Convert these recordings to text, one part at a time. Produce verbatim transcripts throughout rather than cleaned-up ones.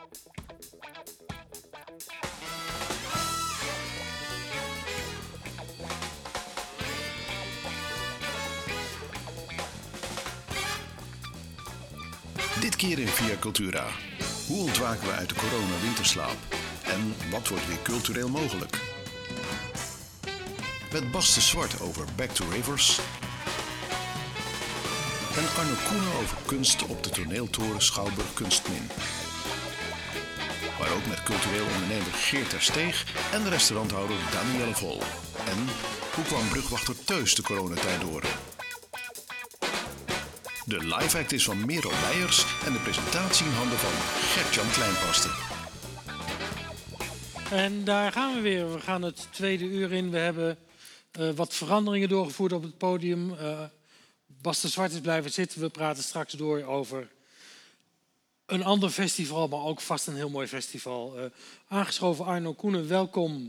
Dit keer in Via Cultura. Hoe ontwaken we uit de corona-winterslaap? En wat wordt weer cultureel mogelijk? Met Bas de Zwart over Back to Rivers. En Arno Koenen over kunst op de toneeltoren Schouwburg Kunstmin. Maar ook met cultureel ondernemer Geert ter Steeg en de restauranthouder Danielle Vol. En hoe kwam brugwachter Teus de coronatijd door? De live act is van Merel Leijers en de presentatie in handen van Gert-Jan Kleinpaste. En daar gaan we weer. We gaan het tweede uur in. We hebben uh, wat veranderingen doorgevoerd op het podium. Uh, Bas de Zwart is blijven zitten. We praten straks door over een ander festival, maar ook vast een heel mooi festival. Uh, aangeschoven Arno Koenen, welkom.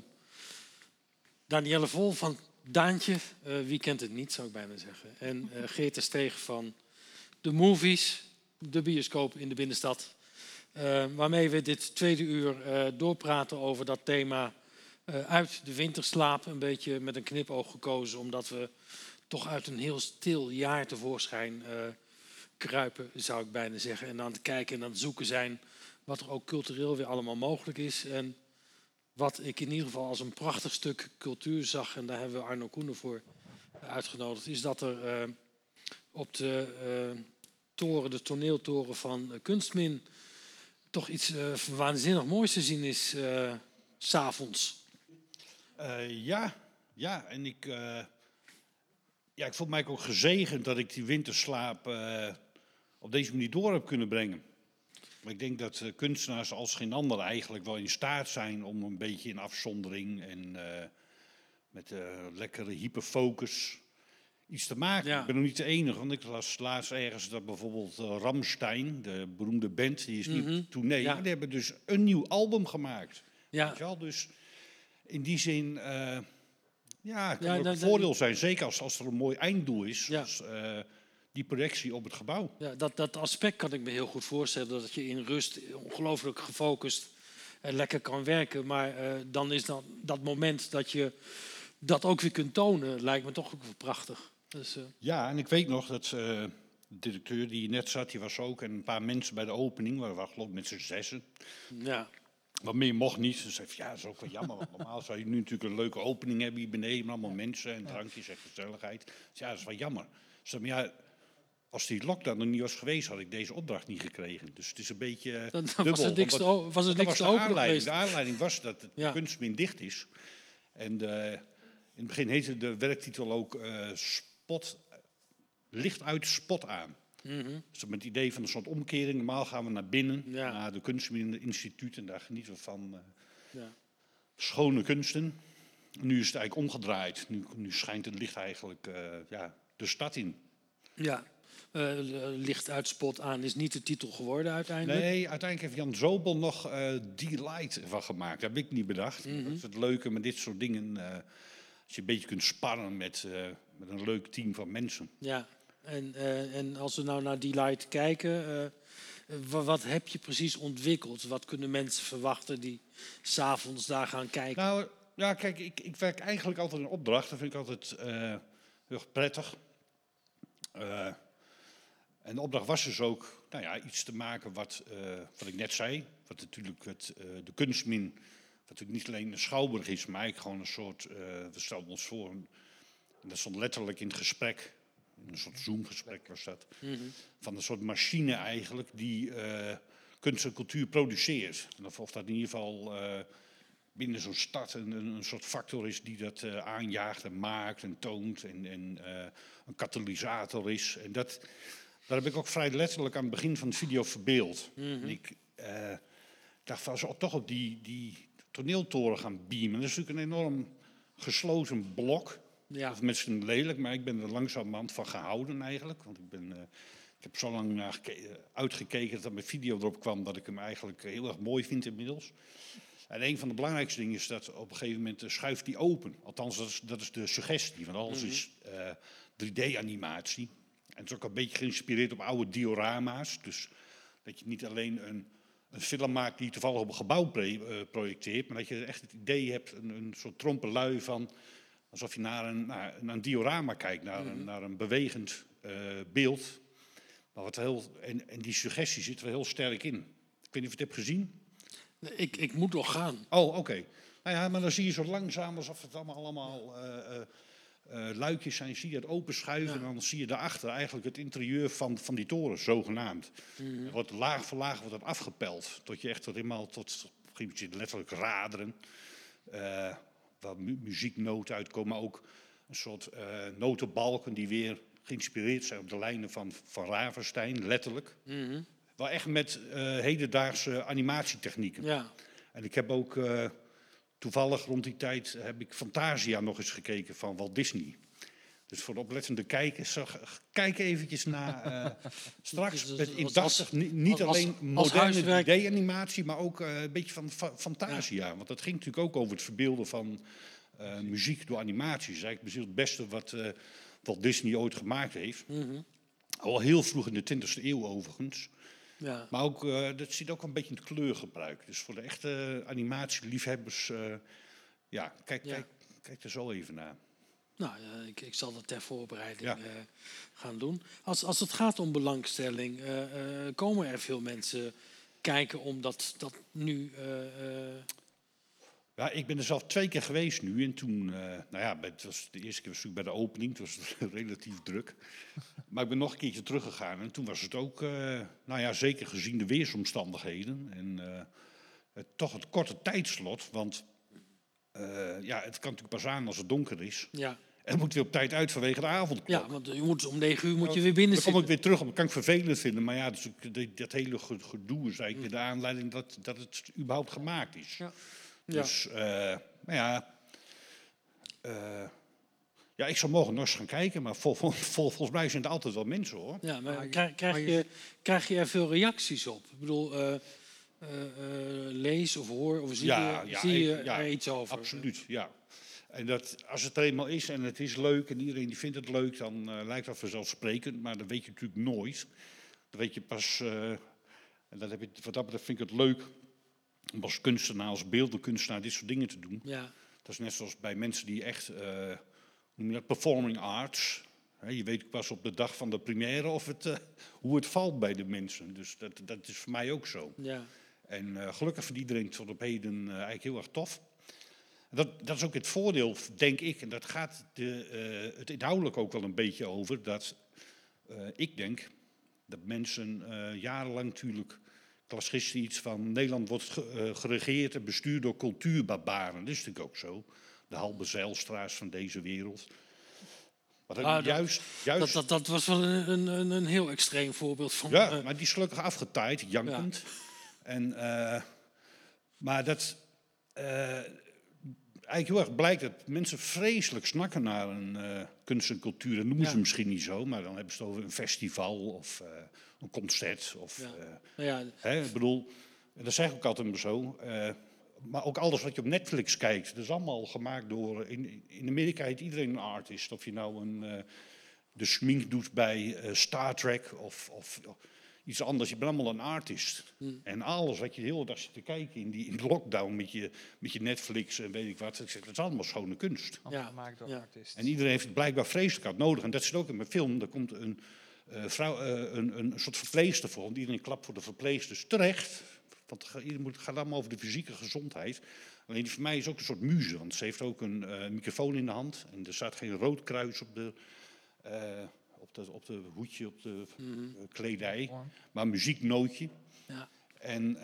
Danielle Vol van Daantje, uh, wie kent het niet, zou ik bijna zeggen. En uh, Geert ter Steeg van de Movies, de bioscoop in de binnenstad. Uh, waarmee we dit tweede uur uh, doorpraten over dat thema uh, uit de winterslaap. Een beetje met een knipoog gekozen, omdat we toch uit een heel stil jaar tevoorschijn uh, kruipen, zou ik bijna zeggen. En aan het kijken en aan het zoeken zijn wat er ook cultureel weer allemaal mogelijk is. En wat ik in ieder geval als een prachtig stuk cultuur zag, en daar hebben we Arno Koenen voor uitgenodigd, is dat er uh, op de uh, toren, de toneeltoren van uh, Kunstmin, toch iets uh, waanzinnig moois te zien is, uh, 's avonds. Uh, ja, ja, en ik, uh, ja, ik voel mij ook gezegend dat ik die winterslaap uh, op deze manier door heb kunnen brengen. Maar ik denk dat uh, kunstenaars als geen ander eigenlijk wel in staat zijn om een beetje in afzondering en uh, met uh, lekkere hyperfocus iets te maken. Ja. Ik ben nog niet de enige, want ik las laatst ergens dat bijvoorbeeld uh, Rammstein, de beroemde band, die is Mm-hmm. niet tournee, Ja. maar die hebben dus een nieuw album gemaakt. Ja. Weet je wel? Dus in die zin, uh, ja, kan Ja, ook dat- een voordeel zijn, zeker als, als er een mooi einddoel is, Ja. als uh, die projectie op het gebouw. Ja, dat, dat aspect kan ik me heel goed voorstellen, dat je in rust ongelooflijk gefocust en lekker kan werken. Maar uh, dan is dan dat moment dat je dat ook weer kunt tonen, lijkt me toch ook wel prachtig. Dus, uh, Ja, en ik weet nog dat uh, de directeur die hier net zat, die was ook, en een paar mensen bij de opening, we waren geloof ik met z'n zessen. ja. Wat meer mocht niet. Ze zei, ja, dat is ook wel jammer. Want normaal zou je nu natuurlijk een leuke opening hebben hier beneden. Met allemaal mensen en drankjes en gezelligheid. Dus ja, dat is wel jammer. Ze zei, maar ja, als die lockdown er niet was geweest, had ik deze opdracht niet gekregen. Dus het is een beetje uh, Dan dubbel. was er niks te, o- was er dat niks was te de openen aanleiding. geweest. De aanleiding was dat het Ja. Kunstmin dicht is. En uh, in het begin heette de werktitel ook uh, spot, licht uit, spot aan. Mm-hmm. Dus met het idee van een soort omkering. Normaal gaan we naar binnen, Ja. naar de Kunstmin Instituut. En daar genieten we van uh, Ja. schone kunsten. Nu is het eigenlijk omgedraaid. Nu, nu schijnt het licht eigenlijk uh, ja, de stad in. Ja. Uh, licht uit spot aan is niet de titel geworden uiteindelijk. Nee, uiteindelijk heeft Jan Zobel nog uh, D-Light van gemaakt. Dat heb ik niet bedacht. Mm-hmm. Dat is het leuke met dit soort dingen. Uh, als je een beetje kunt sparren met, uh, met een leuk team van mensen. Ja. En, uh, en als we nou naar die light kijken, uh, wat, wat heb je precies ontwikkeld? Wat kunnen mensen verwachten die 's avonds daar gaan kijken? Nou, ja, kijk, ik, ik werk eigenlijk altijd in opdracht. Dat vind ik altijd uh, heel erg prettig. Uh, en de opdracht was dus ook nou ja, iets te maken wat, uh, wat ik net zei. Wat natuurlijk het, uh, de Kunstmin, wat natuurlijk niet alleen een schouwburg is, maar eigenlijk gewoon een soort, uh, we stelden ons voor, en dat stond letterlijk in het gesprek, een soort Zoom-gesprek was dat, Mm-hmm. van een soort machine eigenlijk die uh, kunst en cultuur produceert. En of, of dat in ieder geval uh, binnen zo'n stad een, een, een soort factor is die dat uh, aanjaagt en maakt en toont en, en uh, een katalysator is. En dat, dat heb ik ook vrij letterlijk aan het begin van de video verbeeld. Mm-hmm. En ik uh, dacht van, als we toch op die, die toneeltoren gaan beamen, dat is natuurlijk een enorm gesloten blok. Ja. Of misschien lelijk, maar ik ben er langzamerhand van gehouden eigenlijk. Want ik, ben, uh, ik heb zo lang naar geke- uitgekeken dat mijn video erop kwam, dat ik hem eigenlijk heel erg mooi vind inmiddels. En een van de belangrijkste dingen is dat op een gegeven moment uh, schuift die open. Althans, dat is, dat is de suggestie, want alles Mm-hmm. is uh, drie D-animatie. En het is ook een beetje geïnspireerd op oude diorama's. Dus dat je niet alleen een een film maakt die toevallig op een gebouw pre, uh, projecteert, maar dat je echt het idee hebt, een, een soort trompenlui van, alsof je naar een, naar, naar een diorama kijkt, naar, mm-hmm. een, naar een bewegend uh, beeld. Maar wat heel, en, en die suggestie zit er heel sterk in. Ik weet niet of je het hebt gezien. Nee, ik, ik moet nog gaan. Oh, oké. Okay. Nou ja, maar dan zie je zo langzaam alsof het allemaal, allemaal uh, uh, uh, luikjes zijn. Zie je het openschuiven ja. en dan zie je daarachter eigenlijk het interieur van, van die toren, zogenaamd. Mm-hmm. Wordt laag voor laag wordt het afgepeld. Tot je echt tot helemaal tot letterlijk raderen. Uh, waar mu- muzieknoten uitkomen, maar ook een soort uh, notenbalken die weer geïnspireerd zijn op de lijnen van, van Ravenstein, letterlijk. Mm-hmm. Wel echt met uh, hedendaagse animatietechnieken. Ja. En ik heb ook uh, toevallig rond die tijd heb ik Fantasia nog eens gekeken van Walt Disney. Dus voor de oplettende kijkers, kijk eventjes naar uh, straks dus, dus, met indachtig, niet, niet als, alleen moderne drie D-animatie, maar ook uh, een beetje van fa- Fantasia. Ja. Want dat ging natuurlijk ook over het verbeelden van uh, muziek door animatie. Dat is eigenlijk het beste wat uh, Walt Disney ooit gemaakt heeft. Mm-hmm. Al heel vroeg in de twintigste eeuw overigens. Ja. Maar ook, uh, dat zit ook een beetje in het kleurgebruik. Dus voor de echte animatieliefhebbers, uh, ja, kijk, ja. Kijk, kijk er zo even naar. Nou, uh, ik, ik zal dat ter voorbereiding ja. uh, gaan doen. Als, als het gaat om belangstelling, uh, uh, komen er veel mensen kijken omdat dat nu... Uh, uh... Ja, ik ben er zelf twee keer geweest nu. En toen, uh, nou ja, het was de eerste keer was bij de opening. Het was relatief druk. Maar ik ben nog een keertje teruggegaan. En toen was het ook, uh, nou ja, zeker gezien de weersomstandigheden. En uh, het, toch het korte tijdslot. Want uh, ja, het kan natuurlijk pas aan als het donker is. Ja. En dan moet weer op tijd uit vanwege de avondklok. Ja, want je moet, om negen uur moet je weer binnen zitten. Dan kom ik weer terug. Dat kan ik vervelend vinden. Maar ja, dus, dat hele gedoe is eigenlijk de aanleiding dat, dat het überhaupt gemaakt is. Ja. Dus, uh, nou ja, uh, ja, ik zou morgen nog eens gaan kijken, maar vol, vol, vol, volgens mij zijn er altijd wel mensen, hoor. Ja, maar krijg, krijg, je, krijg je er veel reacties op? Ik bedoel, uh, uh, uh, lees of hoor of zie ja, je, ja, zie je ja, er iets over? Absoluut, ja. En dat, als het er eenmaal is en het is leuk en iedereen die vindt het leuk, dan uh, lijkt dat vanzelfsprekend, maar dat weet je natuurlijk nooit. Dat weet je pas, uh, en dat heb je, wat dat betreft vind ik het leuk om als kunstenaar, als beeldenkunstenaar dit soort dingen te doen. Ja. Dat is net zoals bij mensen die echt, uh, hoe noem je dat, performing arts. He, je weet pas op de dag van de première of het, uh, hoe het valt bij de mensen. Dus dat, dat is voor mij ook zo. Ja. En uh, gelukkig vindt iedereen tot op heden uh, eigenlijk heel erg tof. Dat, dat is ook het voordeel, denk ik, en dat gaat de, uh, het inhoudelijk ook wel een beetje over, dat uh, ik denk dat mensen uh, jarenlang natuurlijk... Ik las gisteren iets van Nederland wordt geregeerd en bestuurd door cultuurbarbaren. Dat is natuurlijk ook zo. De Halbe Zijlstra's van deze wereld. Maar ah, juist, dat, juist... Dat, dat, dat was wel een, een, een heel extreem voorbeeld van... Ja, uh... maar die is gelukkig afgetaaid, jankend. Ja. En, uh, maar dat... Uh, eigenlijk heel erg blijkt dat mensen vreselijk snakken naar een uh, kunst en cultuur. Dat noemen ja. ze misschien niet zo, maar dan hebben ze het over een festival of... Uh, een concert. Of, ja. Uh, ja. Hè, ik bedoel, dat zeg ik ook altijd maar zo. Uh, maar ook alles wat je op Netflix kijkt, dat is allemaal gemaakt door... In, in Amerika heet iedereen een artist. Of je nou een, uh, de schmink doet bij uh, Star Trek of, of uh, iets anders. Je bent allemaal een artist. Hmm. En alles wat je de hele dag zit te kijken in die in de lockdown met je, met je Netflix en weet ik wat. Dat is allemaal schone kunst. Ja. Gemaakt door ja. artiesten. En iedereen heeft het blijkbaar vreselijk hard nodig. En dat zit ook in mijn film. Er komt een... Uh, vrouw, uh, een, een soort verpleegster voor, want iedereen klapt voor de verpleegsters. Terecht, want het gaat allemaal over de fysieke gezondheid. Alleen die voor mij is ook een soort muze, want ze heeft ook een uh, microfoon in de hand. En er staat geen rood kruis op de, uh, op de, op de hoedje, op de mm-hmm. uh, kledij, maar een muzieknootje. Ja. En uh,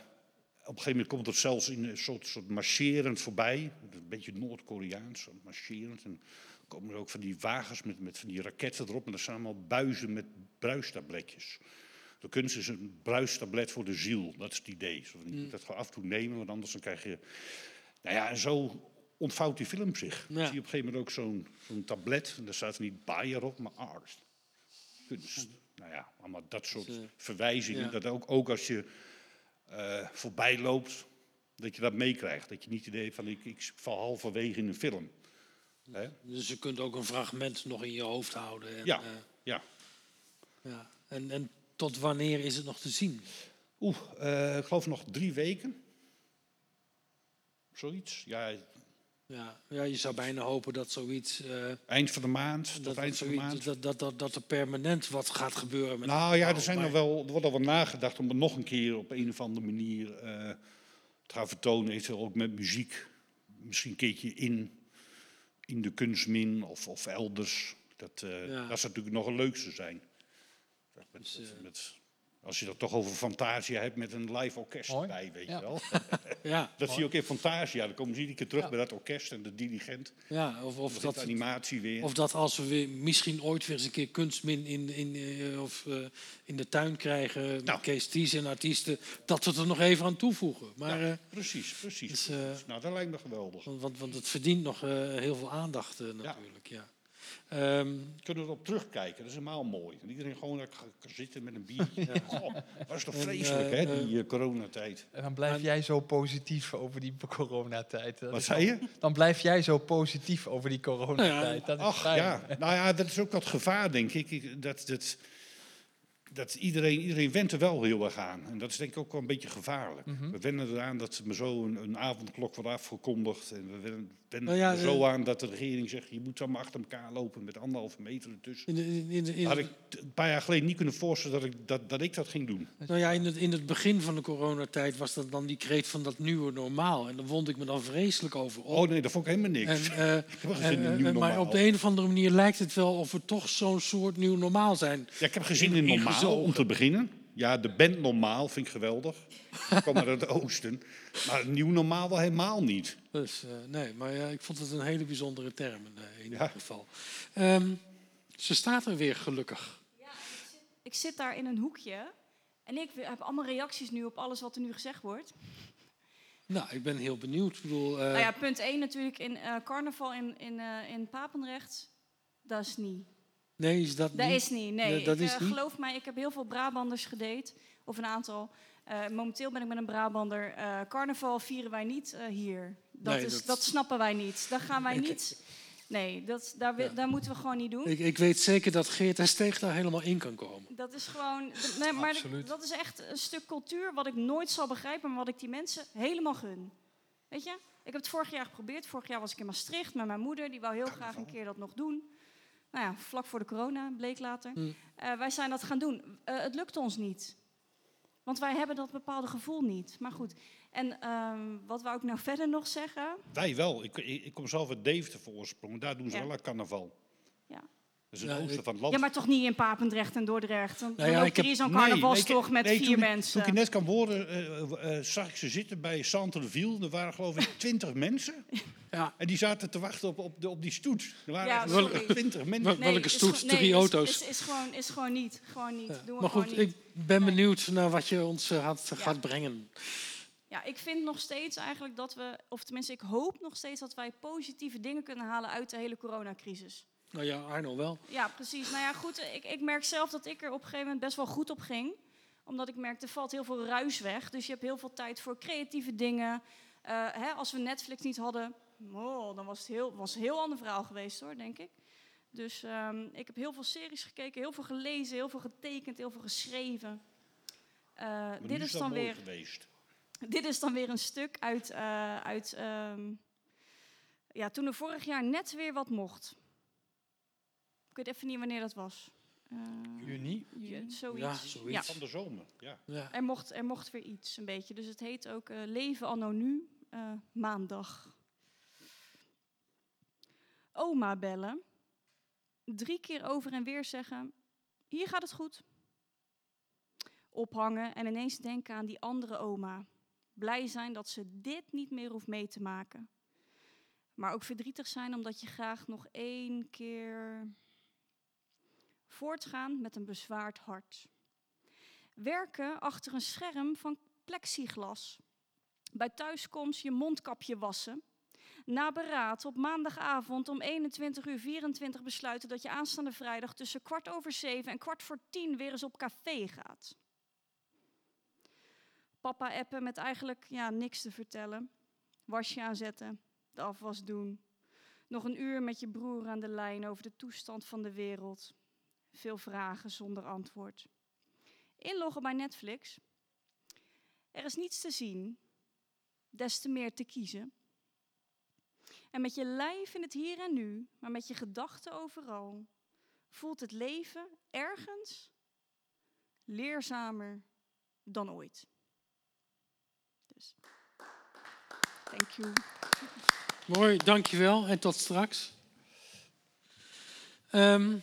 op een gegeven moment komt het zelfs in een soort, soort marcherend voorbij. Een beetje Noord-Koreaans, marcherend. En komen er ook van die wagens met, met van die raketten erop. En dat zijn allemaal buizen met bruistabletjes. De kunst is een bruistablet voor de ziel. Dat is het idee. Je moet mm. dat gewoon af en toe nemen, want anders dan krijg je... Nou ja, en zo ontvouwt die film zich. Ja. Dan zie je op een gegeven moment ook zo'n, zo'n tablet. En daar staat niet Bayer op, maar art. Kunst. Nou ja, allemaal dat soort dus, uh, verwijzingen. Ja. Dat ook, ook als je uh, voorbij loopt, dat je dat meekrijgt. Dat je niet het idee van, ik, ik val halverwege in een film. He? Dus je kunt ook een fragment nog in je hoofd houden. En, ja, uh, ja. ja. En, en tot wanneer is het nog te zien? Oeh, uh, ik geloof nog drie weken. Zoiets, ja. Ja, ja, je zou bijna hopen dat zoiets... Uh, eind van de maand, dat, dat, eind van de maand. Dat, dat, dat, dat er permanent wat gaat gebeuren. Met nou ja, er, zijn maar... er, wel, er wordt al wel nagedacht om het nog een keer op een of andere manier uh, te gaan vertonen. Eventueel ook met muziek. Misschien een keertje in, in de kunstmin of, of elders. Dat, uh, ja. dat zou natuurlijk nog het leukste zijn. Met, dus, uh, met, met, als je dat toch over Fantasia hebt met een live orkest Hoi. bij, weet ja. je wel. ja. Dat Hoi. zie je ook in Fantasia. Dan komen ze iedere keer terug ja. bij dat orkest en de dirigent. Ja, of, of dat animatie weer. Of dat als we weer misschien ooit weer eens een keer kunstmin in, in, uh, of, uh, in de tuin krijgen, nou. Kees Ties en artiesten, dat we het er nog even aan toevoegen. Maar, ja, uh, precies, precies. Dus, uh, precies. Nou, dat lijkt me geweldig. Want, want, want het verdient nog uh, heel veel aandacht uh, natuurlijk, ja. ja. Um, Kunnen we erop terugkijken, dat is helemaal mooi. En iedereen gewoon kan zitten met een biertje. Ja. Goh, dat is toch vreselijk, en, uh, hè, die uh, coronatijd. En dan blijf jij zo positief over die coronatijd. Dat Wat zei je? Dan, dan blijf jij zo positief over die coronatijd. Ja. Dat is Ach, fijn. Ja. Nou ja, dat is ook dat gevaar, denk ik. Dat, dat, dat iedereen, iedereen went er wel heel erg aan. En dat is denk ik ook wel een beetje gevaarlijk. Mm-hmm. We wennen eraan dat er zo een, een avondklok wordt afgekondigd. En we wennen, wennen nou ja, er zo aan dat de regering zegt, je moet allemaal achter elkaar lopen met anderhalve meter ertussen. In de, in de, in had ik een paar jaar geleden niet kunnen voorstellen dat ik dat, dat, ik dat ging doen. Nou ja, in het, in het begin van de coronatijd was dat dan die kreet van dat nieuwe normaal. En daar wond ik me dan vreselijk over op. Oh nee, dat vond ik helemaal niks. En, uh, en, en, en, maar op de een of andere manier lijkt het wel of we toch zo'n soort nieuw normaal zijn. Ja, ik heb gezien in normaal, om te beginnen. Ja, de band normaal vind ik geweldig. Ik kom uit het oosten. Maar nieuw normaal wel helemaal niet. Dus, uh, nee, maar ja, ik vond het een hele bijzondere term uh, in ja. ieder geval. Um, ze staat er weer, gelukkig. Ja, ik zit, ik zit daar in een hoekje. En ik heb allemaal reacties nu op alles wat er nu gezegd wordt. Nou, ik ben heel benieuwd. Ik bedoel, uh... nou ja, punt één natuurlijk in uh, carnaval in, in, uh, in Papendrecht. Dat is niet... Nee, is dat, dat niet? is niet. Nee, nee dat ik, is uh, niet. Geloof mij, ik heb heel veel Brabanders gedate. Of een aantal. Uh, momenteel ben ik met een Brabander. Uh, carnaval vieren wij niet uh, hier. Dat, nee, is, dat... dat snappen wij niet. Dat gaan wij niet... Nee, dat, daar, we, ja. daar moeten we gewoon niet doen. Ik, ik weet zeker dat Geert en Steeg daar helemaal in kan komen. Dat is gewoon... Nee, maar de, dat is echt een stuk cultuur wat ik nooit zal begrijpen... maar wat ik die mensen helemaal gun. Weet je? Ik heb het vorig jaar geprobeerd. Vorig jaar was ik in Maastricht met mijn moeder. Die wou heel graag een keer dat nog doen. Nou ja, vlak voor de corona, bleek later. Mm. Uh, wij zijn dat gaan doen. Uh, het lukte ons niet. Want wij hebben dat bepaalde gevoel niet. Maar goed. En uh, wat wou ik nou verder nog zeggen? Wij wel. Ik, ik, ik kom zelf uit Deventer voor oorsprong. Daar doen ze ja. wel aan carnaval. Ja. Dat is het ja, oosten van het land. Ja, maar toch niet in Papendrecht en Dordrecht. Dan nou ja, loopt er hier zo'n carnavalstocht nee, met nee, vier toen mensen. Ik, toen ik net kan worden, uh, uh, zag ik ze zitten bij Centreville. Er waren geloof ik twintig mensen. Ja. En die zaten te wachten op, op, de, op die stoet. Er waren ja, echt twintig mensen. Nee, Welke stoet? Nee, Drie auto's. Is, is, is, gewoon, is gewoon niet. Gewoon niet. Ja. Doen we maar goed, niet. ik ben benieuwd nee. naar wat je ons uh, had, ja. gaat brengen. Ja, ik vind nog steeds eigenlijk dat we... Of tenminste, ik hoop nog steeds dat wij positieve dingen kunnen halen uit de hele coronacrisis. Nou ja, Arno wel. Ja, precies. Nou ja, goed. Ik, ik merk zelf dat ik er op een gegeven moment best wel goed op ging. Omdat ik merk, er valt heel veel ruis weg. Dus je hebt heel veel tijd voor creatieve dingen. Uh, hè, als we Netflix niet hadden, oh, dan was het heel, was een heel ander verhaal geweest, hoor, denk ik. Dus um, ik heb heel veel series gekeken, heel veel gelezen, heel veel getekend, heel veel geschreven. Uh, dit is dan weer. Geweest. Dit is dan weer een stuk uit, uh, uit um, ja, toen er vorig jaar net weer wat mocht. Ik weet even niet wanneer dat was. Uh, Juni? Ja, zoiets. Ja, zoiets. Ja. Van de zomer, ja. ja. Er, mocht, er mocht weer iets, een beetje. Dus het heet ook uh, Leven anno nu, uh, maandag. Oma bellen. Drie keer over en weer zeggen, hier gaat het goed. Ophangen en ineens denken aan die andere oma. Blij zijn dat ze dit niet meer hoeft mee te maken. Maar ook verdrietig zijn omdat je graag nog één keer... Voortgaan met een bezwaard hart. Werken achter een scherm van plexiglas. Bij thuiskomst je mondkapje wassen. Na beraad op maandagavond om eenentwintig uur vierentwintig besluiten dat je aanstaande vrijdag tussen kwart over zeven en kwart voor tien weer eens op café gaat. Papa appen met eigenlijk ja, niks te vertellen. Wasje aanzetten, de afwas doen. Nog een uur met je broer aan de lijn over de toestand van de wereld. Veel vragen zonder antwoord. Inloggen bij Netflix. Er is niets te zien, des te meer te kiezen. En met je lijf in het hier en nu, maar met je gedachten overal, voelt het leven ergens leerzamer dan ooit. Dus, thank you. Mooi, dankjewel en tot straks. Um,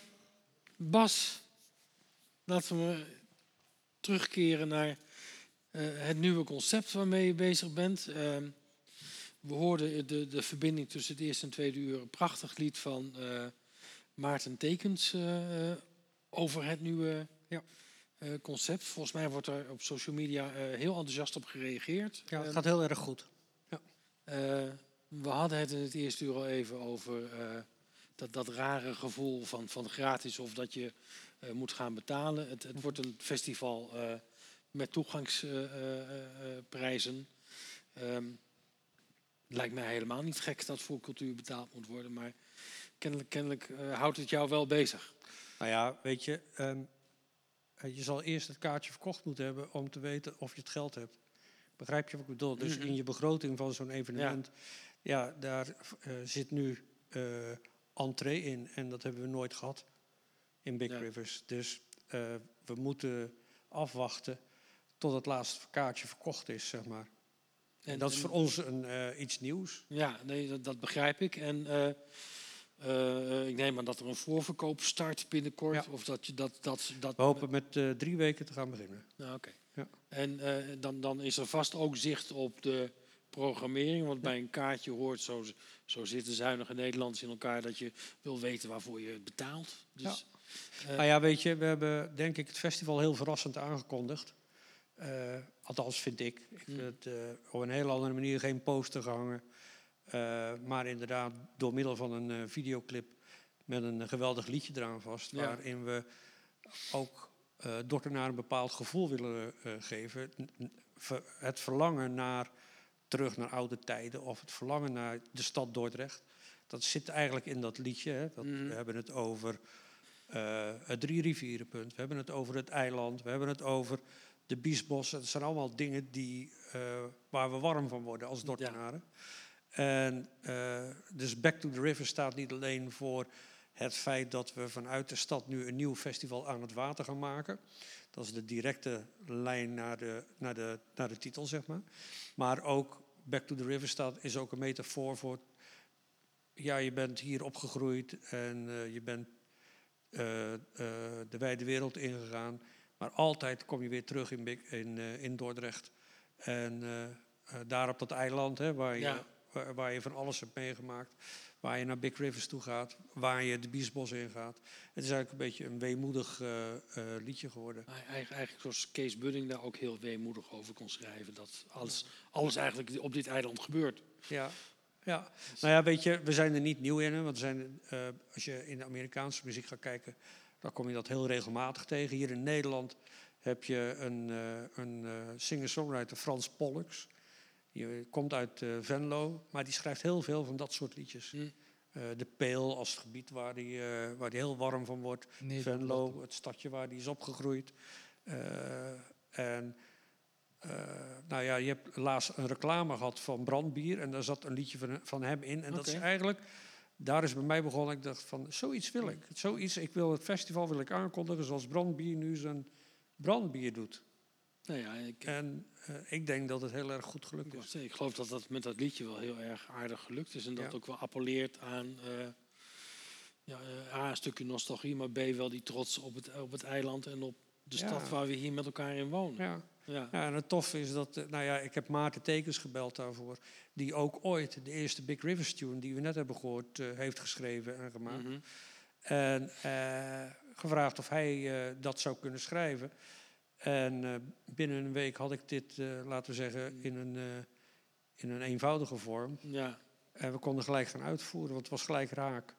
Bas, laten we terugkeren naar uh, het nieuwe concept waarmee je bezig bent. Uh, we hoorden de, de verbinding tussen het eerste en tweede uur. Een prachtig lied van uh, Maarten Tekens uh, over het nieuwe ja. uh, concept. Volgens mij wordt er op social media uh, heel enthousiast op gereageerd. Ja, het gaat heel erg goed. Ja. Uh, we hadden het in het eerste uur al even over uh, dat, dat rare gevoel van, van gratis of dat je uh, moet gaan betalen. Het, het wordt een festival uh, met toegangsprijzen. Uh, uh, um, lijkt mij helemaal niet gek dat voor cultuur betaald moet worden, maar kennelijk, kennelijk uh, houdt het jou wel bezig. Nou ja, weet je, um, je zal eerst het kaartje verkocht moeten hebben om te weten of je het geld hebt. Begrijp je wat ik bedoel? Dus mm-hmm. in je begroting van zo'n evenement, ja, ja daar uh, zit nu uh, entree in en dat hebben we nooit gehad in Big ja. Rivers. Dus uh, we moeten afwachten tot het laatste kaartje verkocht is, zeg maar. En, en dat is voor ons een, uh, iets nieuws. Ja, nee, dat, dat begrijp ik. En uh, uh, ik neem aan dat er een voorverkoop start binnenkort. Ja. Of dat je dat, dat, dat we hopen met uh, drie weken te gaan beginnen. Nou, oké. Okay. Ja. En uh, dan, dan is er vast ook zicht op de programmering. Want ja. bij een kaartje hoort, zo, zo zitten zuinige Nederlanders in elkaar, dat je wil weten waarvoor je het betaalt. Dus, ja. Uh, nou ja, weet je, we hebben denk ik het festival heel verrassend aangekondigd. Uh, althans vind ik. Ik vind het uh, op een hele andere manier geen poster gehangen. Uh, maar inderdaad door middel van een uh, videoclip met een geweldig liedje eraan vast. Ja. Waarin we ook uh, Dordtenaar een bepaald gevoel willen uh, geven. Het verlangen naar terug naar oude tijden of het verlangen naar de stad Dordrecht. Dat zit eigenlijk in dat liedje. Hè. Dat, mm. We hebben het over uh, het Drie Rivierenpunt. We hebben het over het eiland. We hebben het over de Biesbos. Dat zijn allemaal dingen die, uh, waar we warm van worden als Dordtenaren. Ja. En uh, dus Back to the River staat niet alleen voor het feit dat we vanuit de stad nu een nieuw festival aan het water gaan maken. Dat is de directe lijn naar de, naar de, naar de titel, zeg maar. Maar ook Back to the River staat, is ook een metafoor voor... Ja, je bent hier opgegroeid en uh, je bent uh, uh, de wijde wereld ingegaan. Maar altijd kom je weer terug in, in, uh, in Dordrecht. En uh, uh, daar op dat eiland, hè, waar, je, ja. waar, waar je van alles hebt meegemaakt. Waar je naar Big Rivers toe gaat. Waar je de Biesbos in gaat. Het is eigenlijk een beetje een weemoedig uh, uh, liedje geworden. Eigenlijk, eigenlijk zoals Kees Budding daar ook heel weemoedig over kon schrijven. Dat alles, alles eigenlijk op dit eiland gebeurt. Ja. Ja, nou ja, weet je, we zijn er niet nieuw in. Hè, want we zijn, uh, als je in de Amerikaanse muziek gaat kijken, dan kom je dat heel regelmatig tegen. Hier in Nederland heb je een, uh, een uh, singer-songwriter, Frans Pollux. Die komt uit uh, Venlo, maar die schrijft heel veel van dat soort liedjes. Mm. Uh, de Peel als het gebied waar hij uh, waar die heel warm van wordt. Nee, Venlo, het stadje waar hij is opgegroeid. Uh, en uh, nou ja, je hebt laatst een reclame gehad van Brandbier en daar zat een liedje van, van hem in. En okay. dat is eigenlijk, daar is bij mij begonnen. Ik dacht van, zoiets wil ik. Zoiets, ik wil het festival wil ik aankondigen zoals Brandbier nu zijn Brandbier doet. Nou ja, ik, en uh, ik denk dat het heel erg goed gelukt is. Ik geloof dat dat met dat liedje wel heel erg aardig gelukt is. En dat ja. ook wel appelleert aan uh, ja, uh, A, een stukje nostalgie, maar B, wel die trots op het, op het eiland en op de ja. stad waar we hier met elkaar in wonen. Ja. Ja. Ja, en het toffe is dat, nou ja, ik heb Maarten Tekens gebeld daarvoor, die ook ooit de eerste Big Rivers tune die we net hebben gehoord, uh, heeft geschreven en gemaakt. Mm-hmm. En uh, gevraagd of hij uh, dat zou kunnen schrijven. En uh, binnen een week had ik dit, uh, laten we zeggen, in een, uh, in een eenvoudige vorm. Ja. En we konden gelijk gaan uitvoeren, want het was gelijk raak.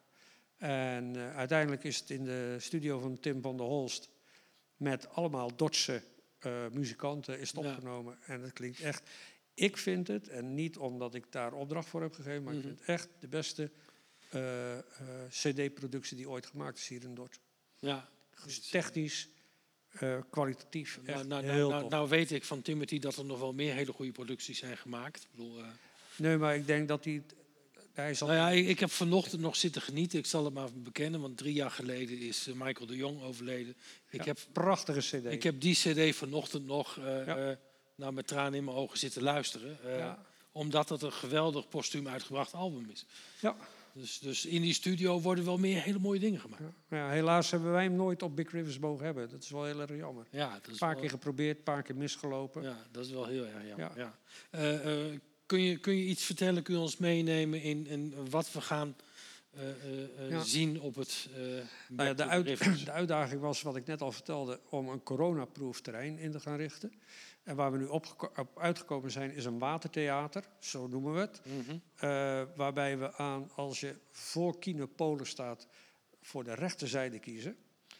En uh, uiteindelijk is het in de studio van Tim van der Holst met allemaal Dordtse uh, muzikanten is het opgenomen. Ja. En het klinkt echt... Ik vind het, en niet omdat ik daar opdracht voor heb gegeven, maar mm-hmm. ik vind het echt de beste uh, uh, cd-productie die ooit gemaakt is hier in Dordrecht. Ja. Dus technisch... uh, kwalitatief echt nou, nou, heel nou, tof. nou weet ik van Timothy dat er nog wel meer hele goede producties zijn gemaakt. Ik bedoel, uh... Nee, maar ik denk dat hij... hij zal... Nou ja, ik, ik heb vanochtend nog zitten genieten. Ik zal het maar bekennen, want drie jaar geleden is uh, Michael de Jong overleden. Ik ja, heb prachtige cd. Ik heb die cd vanochtend nog uh, ja. uh, nou, met tranen in mijn ogen zitten luisteren. Uh, ja. Omdat het een geweldig postuum uitgebracht album is. Ja. Dus, dus in die studio worden wel meer hele mooie dingen gemaakt. Ja. Ja, helaas hebben wij hem nooit op Big Rivers mogen hebben. Dat is wel heel erg jammer. Ja, dat is een paar wel... keer geprobeerd, een paar keer misgelopen. Ja, dat is wel heel erg jammer. Ja. Ja. Uh, uh, kun, je, kun je iets vertellen, kun je ons meenemen in, in wat we gaan uh, uh, ja. zien op het... Uh, nou ja, de, uit, de uitdaging was, wat ik net al vertelde, om een coronaproof terrein in te gaan richten. En waar we nu op, op uitgekomen zijn, is een watertheater, zo noemen we het. Mm-hmm. Uh, waarbij we aan, als je voor Kinopolen staat, voor de rechterzijde kiezen.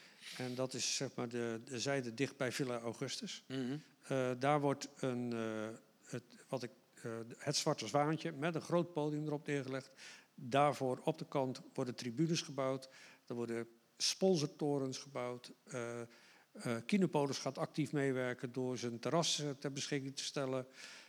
En dat is zeg maar de, de zijde dicht bij Villa Augustus. Mm-hmm. Uh, daar wordt een, uh, het, wat ik, uh, het Zwarte Zwaantje met een groot podium erop neergelegd. Daarvoor op de kant worden tribunes gebouwd. Er worden sponsortorens gebouwd. Uh, Uh, Kinopolis gaat actief meewerken door zijn terras uh, ter beschikking te stellen.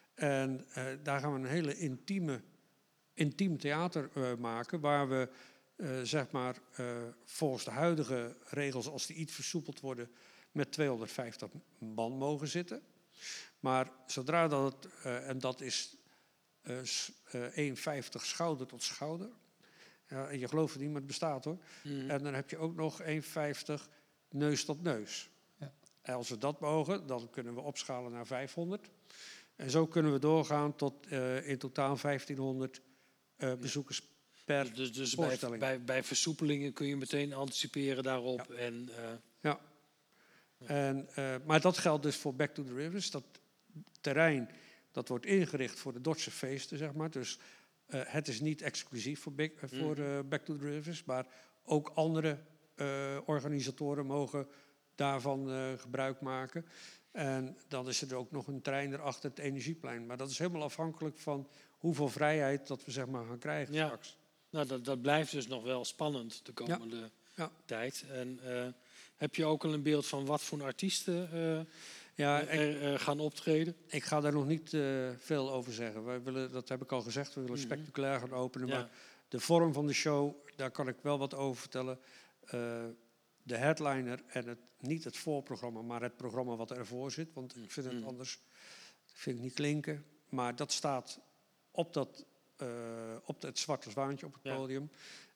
En uh, daar gaan we een hele intieme, intiem theater uh, maken, waar we uh, zeg maar, uh, volgens de huidige regels, als die iets versoepeld worden, met tweehonderdvijftig man mogen zitten. Maar zodra dat het, uh, en dat is uh, uh, één komma vijftig schouder tot schouder. Ja, en je gelooft het niet, maar het bestaat hoor. Mm. En dan heb je ook nog één komma vijftig neus tot neus. Ja. En als we dat mogen, dan kunnen we opschalen naar vijfhonderd. En zo kunnen we doorgaan tot uh, in totaal vijftienhonderd uh, bezoekers ja. per Dus, dus voorstelling. Bij, bij, bij versoepelingen kun je meteen anticiperen daarop. Ja. En, uh, ja. ja. En, uh, maar dat geldt dus voor Back to the Rivers. Dat terrein dat wordt ingericht voor de Dordtse feesten, zeg maar. Dus uh, het is niet exclusief voor, Big, uh, voor uh, Back to the Rivers, maar ook andere uh, organisatoren mogen daarvan uh, gebruik maken. En dan is er ook nog een trein erachter, het Energieplein. Maar dat is helemaal afhankelijk van hoeveel vrijheid dat we zeg maar gaan krijgen ja. straks. Nou, dat, dat blijft dus nog wel spannend de komende ja. Ja. tijd. En uh, heb je ook al een beeld van wat voor artiesten uh, ja, er uh, gaan optreden? Ik ga daar nog niet uh, veel over zeggen. Wij willen, dat heb ik al gezegd, we willen mm-hmm. spectaculair gaan openen. Ja. Maar de vorm van de show, daar kan ik wel wat over vertellen. Uh, de headliner en het, niet het voorprogramma, maar het programma wat ervoor zit. Want ik vind het mm. anders, vind ik niet klinken. Maar dat staat op, dat, uh, op het Zwarte Zwaantje op het ja. podium.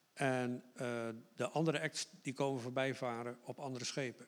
En uh, de andere acts die komen voorbij varen op andere schepen.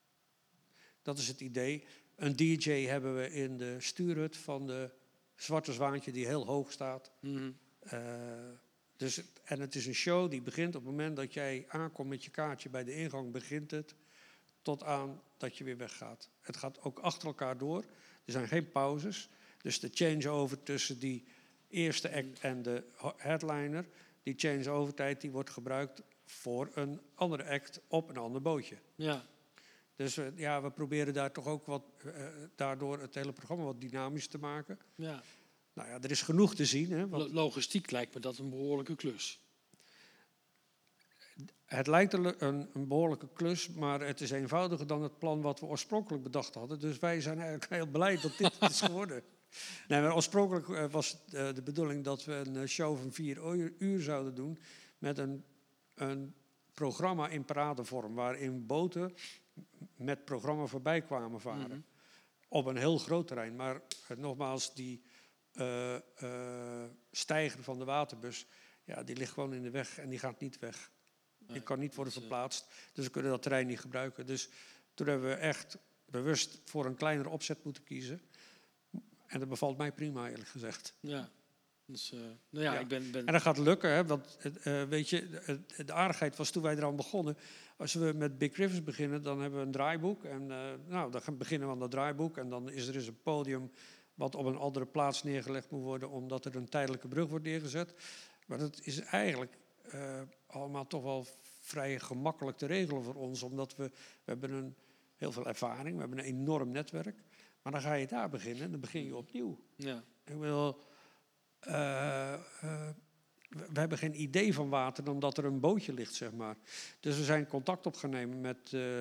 Dat is het idee. Een D J hebben we in de stuurhut van de Zwarte Zwaantje die heel hoog staat. Mm. Uh, Dus, en het is een show die begint op het moment dat jij aankomt met je kaartje bij de ingang, begint het tot aan dat je weer weggaat. Het gaat ook achter elkaar door. Er zijn geen pauzes. Dus de change-over tussen die eerste act en de headliner, die change-over tijd die wordt gebruikt voor een andere act op een ander bootje. Ja. Dus uh, ja, we proberen daar toch ook wat, uh, daardoor het hele programma wat dynamisch te maken. Ja. Nou ja, er is genoeg te zien. Hè, want logistiek lijkt me dat een behoorlijke klus. Het lijkt een, een, een behoorlijke klus, maar het is eenvoudiger dan het plan wat we oorspronkelijk bedacht hadden. Dus wij zijn eigenlijk heel blij dat dit is geworden. Nee, maar oorspronkelijk was het de bedoeling dat we een show van vier uur, uur zouden doen met een, een programma in paradevorm, waarin boten met programma voorbij kwamen varen. Mm-hmm. Op een heel groot terrein. Maar nogmaals, die Uh, uh, stijger van de waterbus, ja, die ligt gewoon in de weg en die gaat niet weg. Die nee, kan niet worden is, verplaatst, dus we kunnen dat terrein niet gebruiken. Dus toen hebben we echt bewust voor een kleinere opzet moeten kiezen. En dat bevalt mij prima, eerlijk gezegd. Ja, dus, uh, nou ja, ja. ik ben, ben... En dat gaat lukken, hè, want uh, weet je, de, de aardigheid was toen wij eraan begonnen. Als we met Big Rivers beginnen, dan hebben we een draaiboek. En uh, nou, dan beginnen we aan dat draaiboek en dan is er eens een podium wat op een andere plaats neergelegd moet worden, omdat er een tijdelijke brug wordt neergezet. Maar dat is eigenlijk uh, allemaal toch wel vrij gemakkelijk te regelen voor ons, omdat we, we hebben een, heel veel ervaring, we hebben een enorm netwerk. Maar dan ga je daar beginnen en dan begin je opnieuw. Ja. Ik wil, uh, uh, we hebben geen idee van water dan dat er een bootje ligt, zeg maar. Dus we zijn contact op gaan nemen met uh,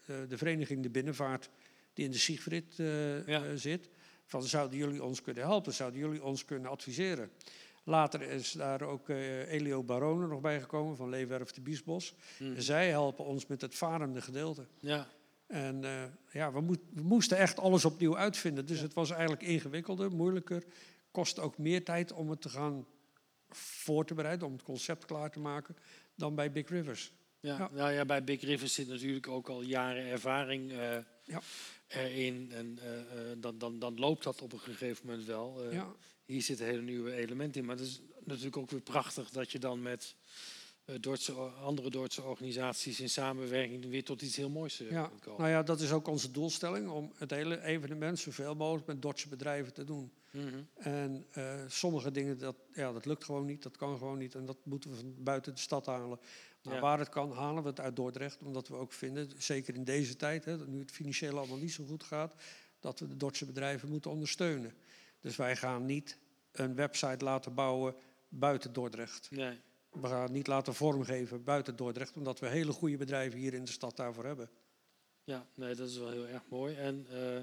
de vereniging De Binnenvaart die in de Siegfried uh, Ja. uh, zit. Van, zouden jullie ons kunnen helpen? Zouden jullie ons kunnen adviseren? Later is daar ook uh, Elio Barone nog bijgekomen van Leefwerf de Biesbos. Mhm. En zij helpen ons met het varende gedeelte. Ja. En uh, ja, we, moet, we moesten echt alles opnieuw uitvinden. Dus het was eigenlijk ingewikkelder, moeilijker. Kost ook meer tijd om het te gaan voor te bereiden, om het concept klaar te maken, dan bij Big Rivers. Ja, Ja. Nou ja, bij Big Rivers zit natuurlijk ook al jaren ervaring uh, Ja. erin. En uh, uh, dan, dan, dan loopt dat op een gegeven moment wel. Uh, Ja. Hier zitten hele nieuwe elementen in. Maar het is natuurlijk ook weer prachtig dat je dan met uh, Dordtse, andere Dordtse organisaties in samenwerking weer tot iets heel moois uh, Ja, kunt komen. nou ja, dat is ook onze doelstelling, om het hele evenement zoveel mogelijk met Dordtse bedrijven te doen. Mm-hmm. En uh, sommige dingen, dat, ja, dat lukt gewoon niet, dat kan gewoon niet. En dat moeten we van buiten de stad halen. Maar Ja. waar het kan, halen we het uit Dordrecht. Omdat we ook vinden, zeker in deze tijd, hè, nu het financieel allemaal niet zo goed gaat, dat we de Dordtse bedrijven moeten ondersteunen. Dus wij gaan niet een website laten bouwen buiten Dordrecht. Nee. We gaan het niet laten vormgeven buiten Dordrecht, omdat we hele goede bedrijven hier in de stad daarvoor hebben. Ja, nee, dat is wel heel erg mooi. En uh, uh,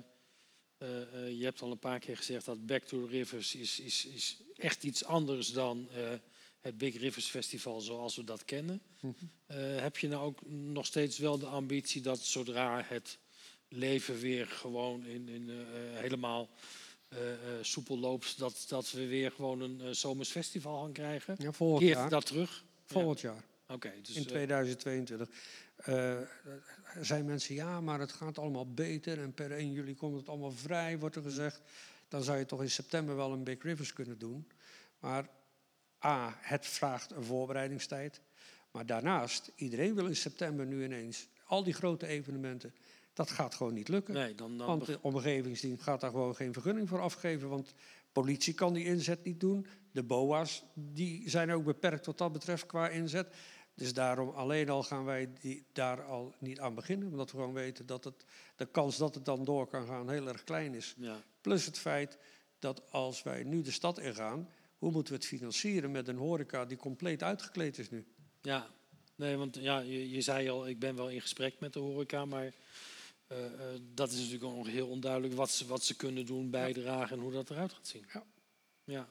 uh, je hebt al een paar keer gezegd dat Back to the Rivers is, is, is echt iets anders dan uh, het Big Rivers Festival zoals we dat kennen. Mm-hmm. Uh, heb je nou ook nog steeds wel de ambitie dat zodra het leven weer gewoon in, in, uh, helemaal uh, uh, soepel loopt, dat, dat we weer gewoon een uh, zomers festival gaan krijgen? Ja, volgend Keert jaar. dat terug? Volgend jaar. Oké, okay, dus in uh, tweeduizend tweeëntwintig. Uh, er zijn mensen, ja, maar het gaat allemaal beter en per één juli komt het allemaal vrij, wordt er gezegd. Dan zou je toch in september wel een Big Rivers kunnen doen. Maar A, het vraagt een voorbereidingstijd. Maar daarnaast, iedereen wil in september nu ineens al die grote evenementen. Dat gaat gewoon niet lukken. nee, dan, dan Want de omgevingsdienst gaat daar gewoon geen vergunning voor afgeven. Want politie kan die inzet niet doen. De B O A's die zijn ook beperkt wat dat betreft qua inzet. Dus daarom alleen al gaan wij die, daar al niet aan beginnen. Omdat we gewoon weten dat het, de kans dat het dan door kan gaan heel erg klein is. ja. Plus het feit dat als wij nu de stad ingaan, hoe moeten we het financieren met een horeca die compleet uitgekleed is nu? Ja, nee, want ja, je, je zei al, ik ben wel in gesprek met de horeca, maar uh, uh, dat is natuurlijk ook nog heel onduidelijk wat ze, wat ze kunnen doen, bijdragen en hoe dat eruit gaat zien. Ja. Ja,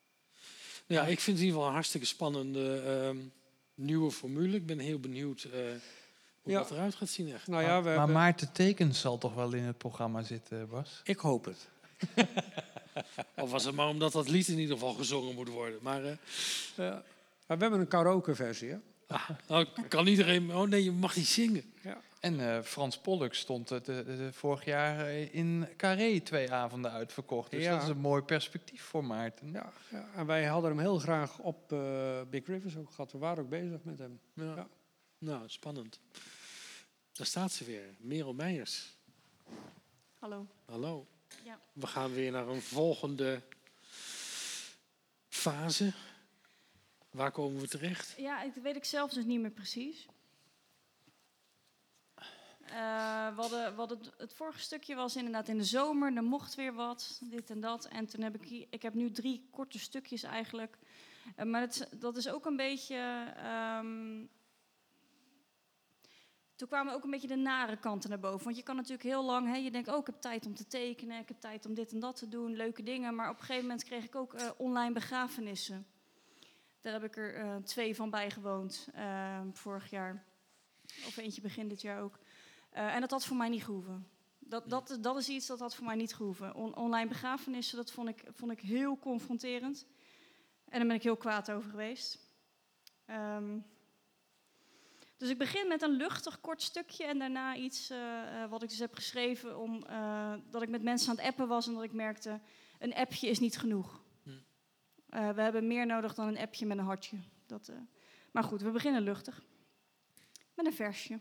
ja ik vind het in ieder geval een hartstikke spannende uh, nieuwe formule. Ik ben heel benieuwd uh, hoe Ja. dat eruit gaat zien echt. Nou ja, maar, we maar hebben- Maarten Tekens zal toch wel in het programma zitten, Bas? ik hoop het. Of was het maar omdat dat lied in ieder geval gezongen moet worden. Maar uh, Ja. Maar we hebben een karaoke versie, hè? ah, nou, kan iedereen... Oh nee, je mag niet zingen. Ja. En uh, Frans Pollux stond uh, de, de, vorig jaar uh, in Carré twee avonden uitverkocht. Dus Ja. dat is een mooi perspectief voor Maarten. Ja, ja, en wij hadden hem heel graag op uh, Big Rivers ook gehad. We waren ook bezig met hem. Ja. Ja. Nou, spannend. Daar staat ze weer. Merel Meijers. Hallo. Hallo. Ja. We gaan weer naar een volgende fase. Waar komen we terecht? Ja, dat weet ik zelf dus niet meer precies. Uh, we hadden, we hadden het, het vorige stukje was inderdaad in de zomer. Er mocht weer wat, dit en dat. En toen heb ik hier, ik heb nu drie korte stukjes eigenlijk. Uh, maar het, dat is ook een beetje... Um, toen kwamen ook een beetje de nare kanten naar boven. Want je kan natuurlijk heel lang... Hè, je denkt, oh, ik heb tijd om te tekenen. Ik heb tijd om dit en dat te doen. Leuke dingen. Maar op een gegeven moment kreeg ik ook uh, online begrafenissen. Daar heb ik er uh, twee van bijgewoond uh, vorig jaar. Of eentje begin dit jaar ook. Uh, en dat had voor mij niet gehoeven. Dat, dat, dat is iets dat had voor mij niet gehoeven. On- online begrafenissen, dat vond ik, vond ik heel confronterend. En daar ben ik heel kwaad over geweest. Um, dus ik begin met een luchtig kort stukje en daarna iets uh, uh, wat ik dus heb geschreven om uh, dat ik met mensen aan het appen was en dat ik merkte, een appje is niet genoeg. Uh, we hebben meer nodig dan een appje met een hartje. Dat, uh, maar goed, we beginnen luchtig. Met een versje.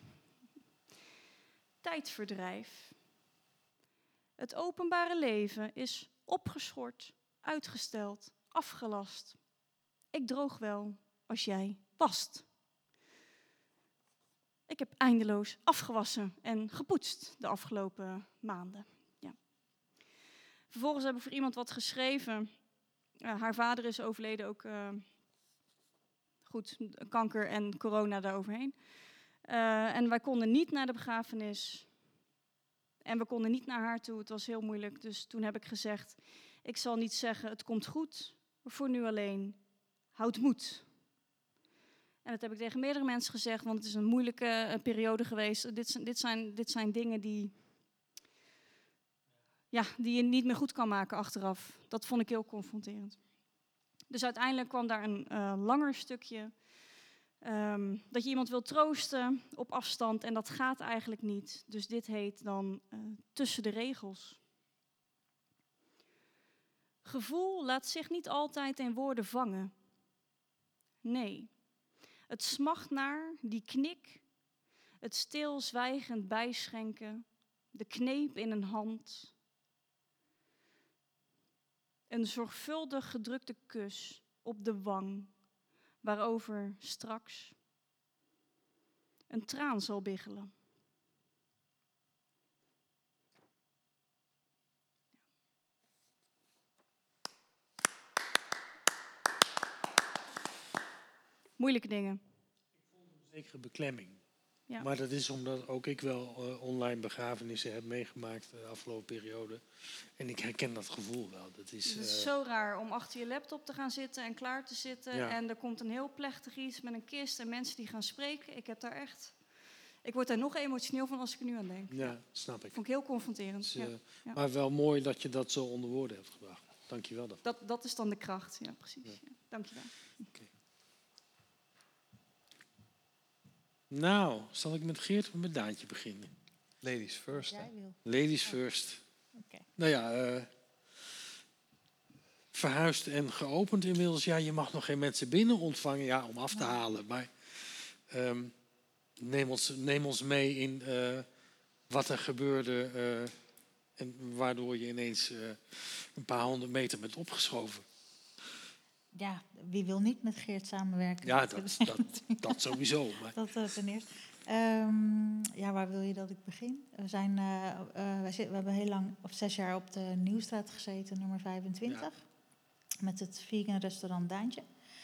Tijdverdrijf. Het openbare leven is opgeschort, uitgesteld, afgelast. Ik droog wel als jij wast. Ik heb eindeloos afgewassen en gepoetst de afgelopen maanden. Ja. Vervolgens heb ik voor iemand wat geschreven. Uh, haar vader is overleden, ook uh, goed, kanker en corona daaroverheen. Uh, en wij konden niet naar de begrafenis. En we konden niet naar haar toe. Het was heel moeilijk. Dus toen heb ik gezegd, ik zal niet zeggen, het komt goed. Maar voor nu alleen, houd moed. En dat heb ik tegen meerdere mensen gezegd, want het is een moeilijke uh, periode geweest. Dit, dit, zijn, dit zijn dingen die, ja, die je niet meer goed kan maken achteraf. Dat vond ik heel confronterend. Dus uiteindelijk kwam daar een uh, langer stukje. Um, dat je iemand wil troosten op afstand en dat gaat eigenlijk niet. Dus dit heet dan uh, tussen de regels. Gevoel laat zich niet altijd in woorden vangen. Nee, het smacht naar die knik, het stilzwijgend bijschenken, de kneep in een hand. Een zorgvuldig gedrukte kus op de wang, waarover straks een traan zal biggelen. Moeilijke dingen. Zekere beklemming. Ja. Maar dat is omdat ook ik wel uh, online begrafenissen heb meegemaakt de afgelopen periode. En ik herken dat gevoel wel. Dat is, Het is uh, zo raar om achter je laptop te gaan zitten en klaar te zitten. Ja. En er komt een heel plechtig iets met een kist en mensen die gaan spreken. Ik heb daar echt... Ik word daar nog emotioneel van als ik er nu aan denk. Ja, snap ik. Vond ik heel confronterend. Dus, uh, ja. Ja. Maar wel mooi dat je dat zo onder woorden hebt gebracht. Dank je wel daarvoor. Dat, dat is dan de kracht. Ja, precies. Ja. Ja. Dank je wel. Okay. Nou, zal ik met Geert of met Daantje beginnen? Ladies first. Hè? Ladies first. Okay. Nou ja, uh, verhuisd en geopend inmiddels. Ja, je mag nog geen mensen binnen ontvangen, ja, om af te Nee. halen. Maar um, neem, ons, neem ons mee in uh, wat er gebeurde uh, en waardoor je ineens uh, een paar honderd meter bent opgeschoven. Ja, wie wil niet met Geert samenwerken? Ja, dat, dat, dat sowieso. Maar... Dat uh, ten eerste. Um, ja, waar wil je dat ik begin? We, zijn, uh, uh, wij zit, we hebben heel lang, of zes jaar op de Nieuwstraat gezeten, nummer vijfentwintig. Ja. Met het vegan restaurant Daantje.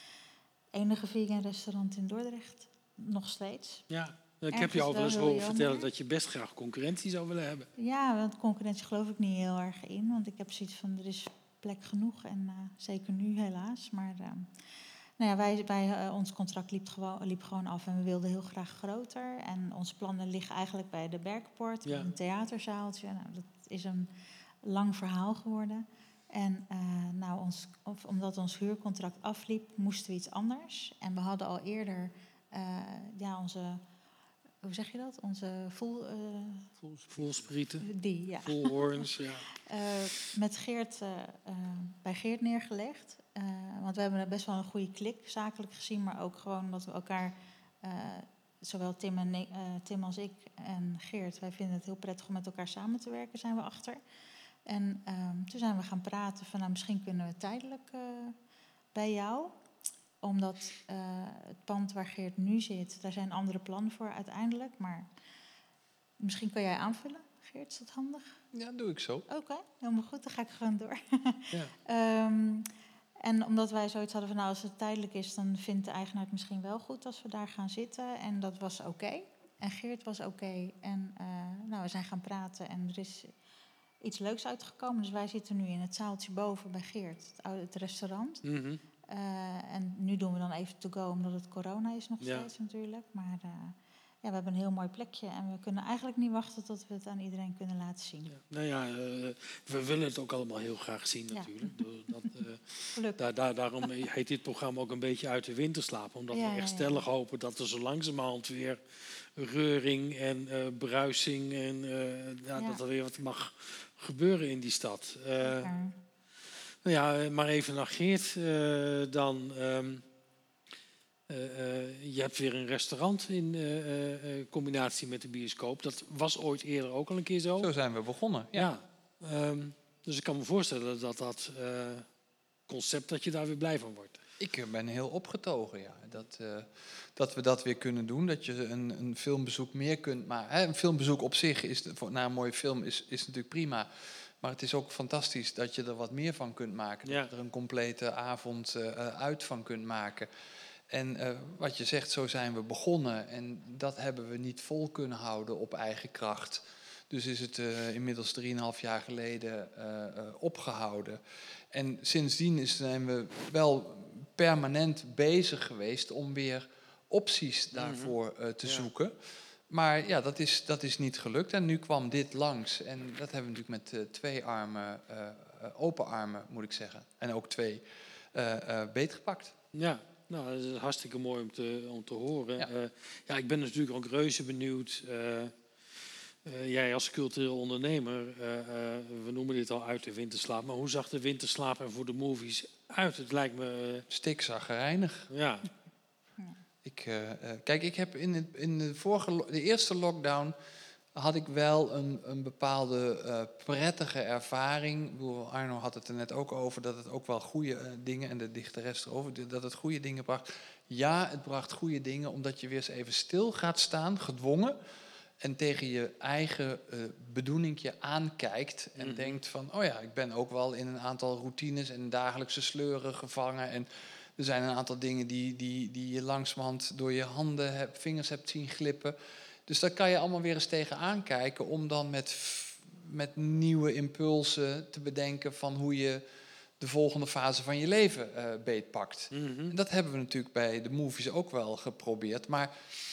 Enige vegan restaurant in Dordrecht. Nog steeds. Ja, ik Ergens heb je al wel eens wel horen jammer. vertellen dat je best graag concurrentie zou willen hebben. Ja, want concurrentie geloof ik niet heel erg in. Want ik heb zoiets van, er is plek genoeg. En uh, zeker nu helaas. Maar uh, nou ja, wij, wij, uh, ons contract liep gewoon, liep gewoon af. En we wilden heel graag groter. En onze plannen liggen eigenlijk bij de Berkenpoort. Ja. Een theaterzaaltje. Nou, dat is een lang verhaal geworden. En uh, nou, ons, of, omdat ons huurcontract afliep, moesten we iets anders. En we hadden al eerder uh, ja, onze... Hoe zeg je dat? Onze voel... Uh, Voelsprieten. Die, ja. Voelhoorns, ja. Uh, met Geert, uh, uh, bij Geert neergelegd. Uh, want we hebben best wel een goede klik, zakelijk gezien. Maar ook gewoon dat we elkaar, uh, zowel Tim, en, uh, Tim als ik en Geert... wij vinden het heel prettig om met elkaar samen te werken, zijn we achter. En um, toen zijn we gaan praten van, nou, misschien kunnen we tijdelijk uh, bij jou... Omdat uh, het pand waar Geert nu zit, daar zijn andere plannen voor uiteindelijk. Maar misschien kan jij aanvullen, Geert, is dat handig? Ja, doe ik zo. Oké, okay, helemaal goed, dan ga ik gewoon door. Ja. um, en omdat wij zoiets hadden van, nou, als het tijdelijk is, dan vindt de eigenaar het misschien wel goed als we daar gaan zitten. En dat was oké. Okay. En Geert was oké. Okay. En uh, nou, we zijn gaan praten en er is iets leuks uitgekomen. Dus wij zitten nu in het zaaltje boven bij Geert, het, oude, het restaurant. Mm-hmm. Uh, en nu doen we dan even to go, omdat het corona is nog ja. steeds natuurlijk. Maar uh, ja, we hebben een heel mooi plekje. En we kunnen eigenlijk niet wachten tot we het aan iedereen kunnen laten zien. Ja. Nou ja, uh, we willen het ook allemaal heel graag zien natuurlijk. Ja. Dat, uh, daar, daar, daarom heet dit programma ook een beetje Uit de Winterslaap. Omdat ja, we echt ja, stellig ja. hopen dat er zo langzamerhand weer reuring en uh, bruising... en uh, ja, ja. dat er weer wat mag gebeuren in die stad. Uh, ja. Nou ja, maar even naar Geert uh, dan. Um, uh, uh, je hebt weer een restaurant in uh, uh, combinatie met de bioscoop. Dat was ooit eerder ook al een keer zo. Zo zijn we begonnen. Ja. ja um, dus ik kan me voorstellen dat dat uh, concept, dat je daar weer blij van wordt. Ik ben heel opgetogen, ja. Dat, uh, dat we dat weer kunnen doen. Dat je een, een filmbezoek meer kunt maken. Een filmbezoek op zich is, na een mooie film is, is natuurlijk prima. Maar het is ook fantastisch dat je er wat meer van kunt maken. Ja. Dat je er een complete avond uh, uit van kunt maken. En uh, wat je zegt, zo zijn we begonnen. En dat hebben we niet vol kunnen houden op eigen kracht. Dus is het uh, inmiddels drieënhalf jaar geleden uh, uh, opgehouden. En sindsdien is, zijn we wel permanent bezig geweest om weer opties daarvoor uh, te ja. zoeken. Maar ja, dat is, dat is niet gelukt. En nu kwam dit langs. En dat hebben we natuurlijk met uh, twee armen, uh, uh, open armen moet ik zeggen. En ook twee uh, uh, beetgepakt. Ja, nou, dat is hartstikke mooi om te, om te horen. Ja. Uh, ja, ik ben natuurlijk ook reuze benieuwd. Uh, uh, jij als cultureel ondernemer, uh, uh, we noemen dit al uit de winterslaap. Maar hoe zag de winterslaap er voor de movies uit? Het lijkt me... Uh, Stikzaggerijnig. Ja. Ik, uh, uh, kijk, ik heb in, het, in de, vorige, de eerste lockdown had ik wel een, een bepaalde uh, prettige ervaring. Ik bedoel, Arno had het er net ook over dat het ook wel goede uh, dingen, en de dichteres erover, dat het goede dingen bracht. Ja, het bracht goede dingen omdat je weer eens even stil gaat staan, gedwongen, en tegen je eigen uh, bedoelingje aankijkt en mm. denkt van, oh ja, ik ben ook wel in een aantal routines en dagelijkse sleuren gevangen en er zijn een aantal dingen die, die, die je langzamerhand door je handen, hebt, vingers hebt zien glippen. Dus daar kan je allemaal weer eens tegen aankijken om dan met, met nieuwe impulsen te bedenken van hoe je de volgende fase van je leven uh, beetpakt. Mm-hmm. En dat hebben we natuurlijk bij de movies ook wel geprobeerd. Maar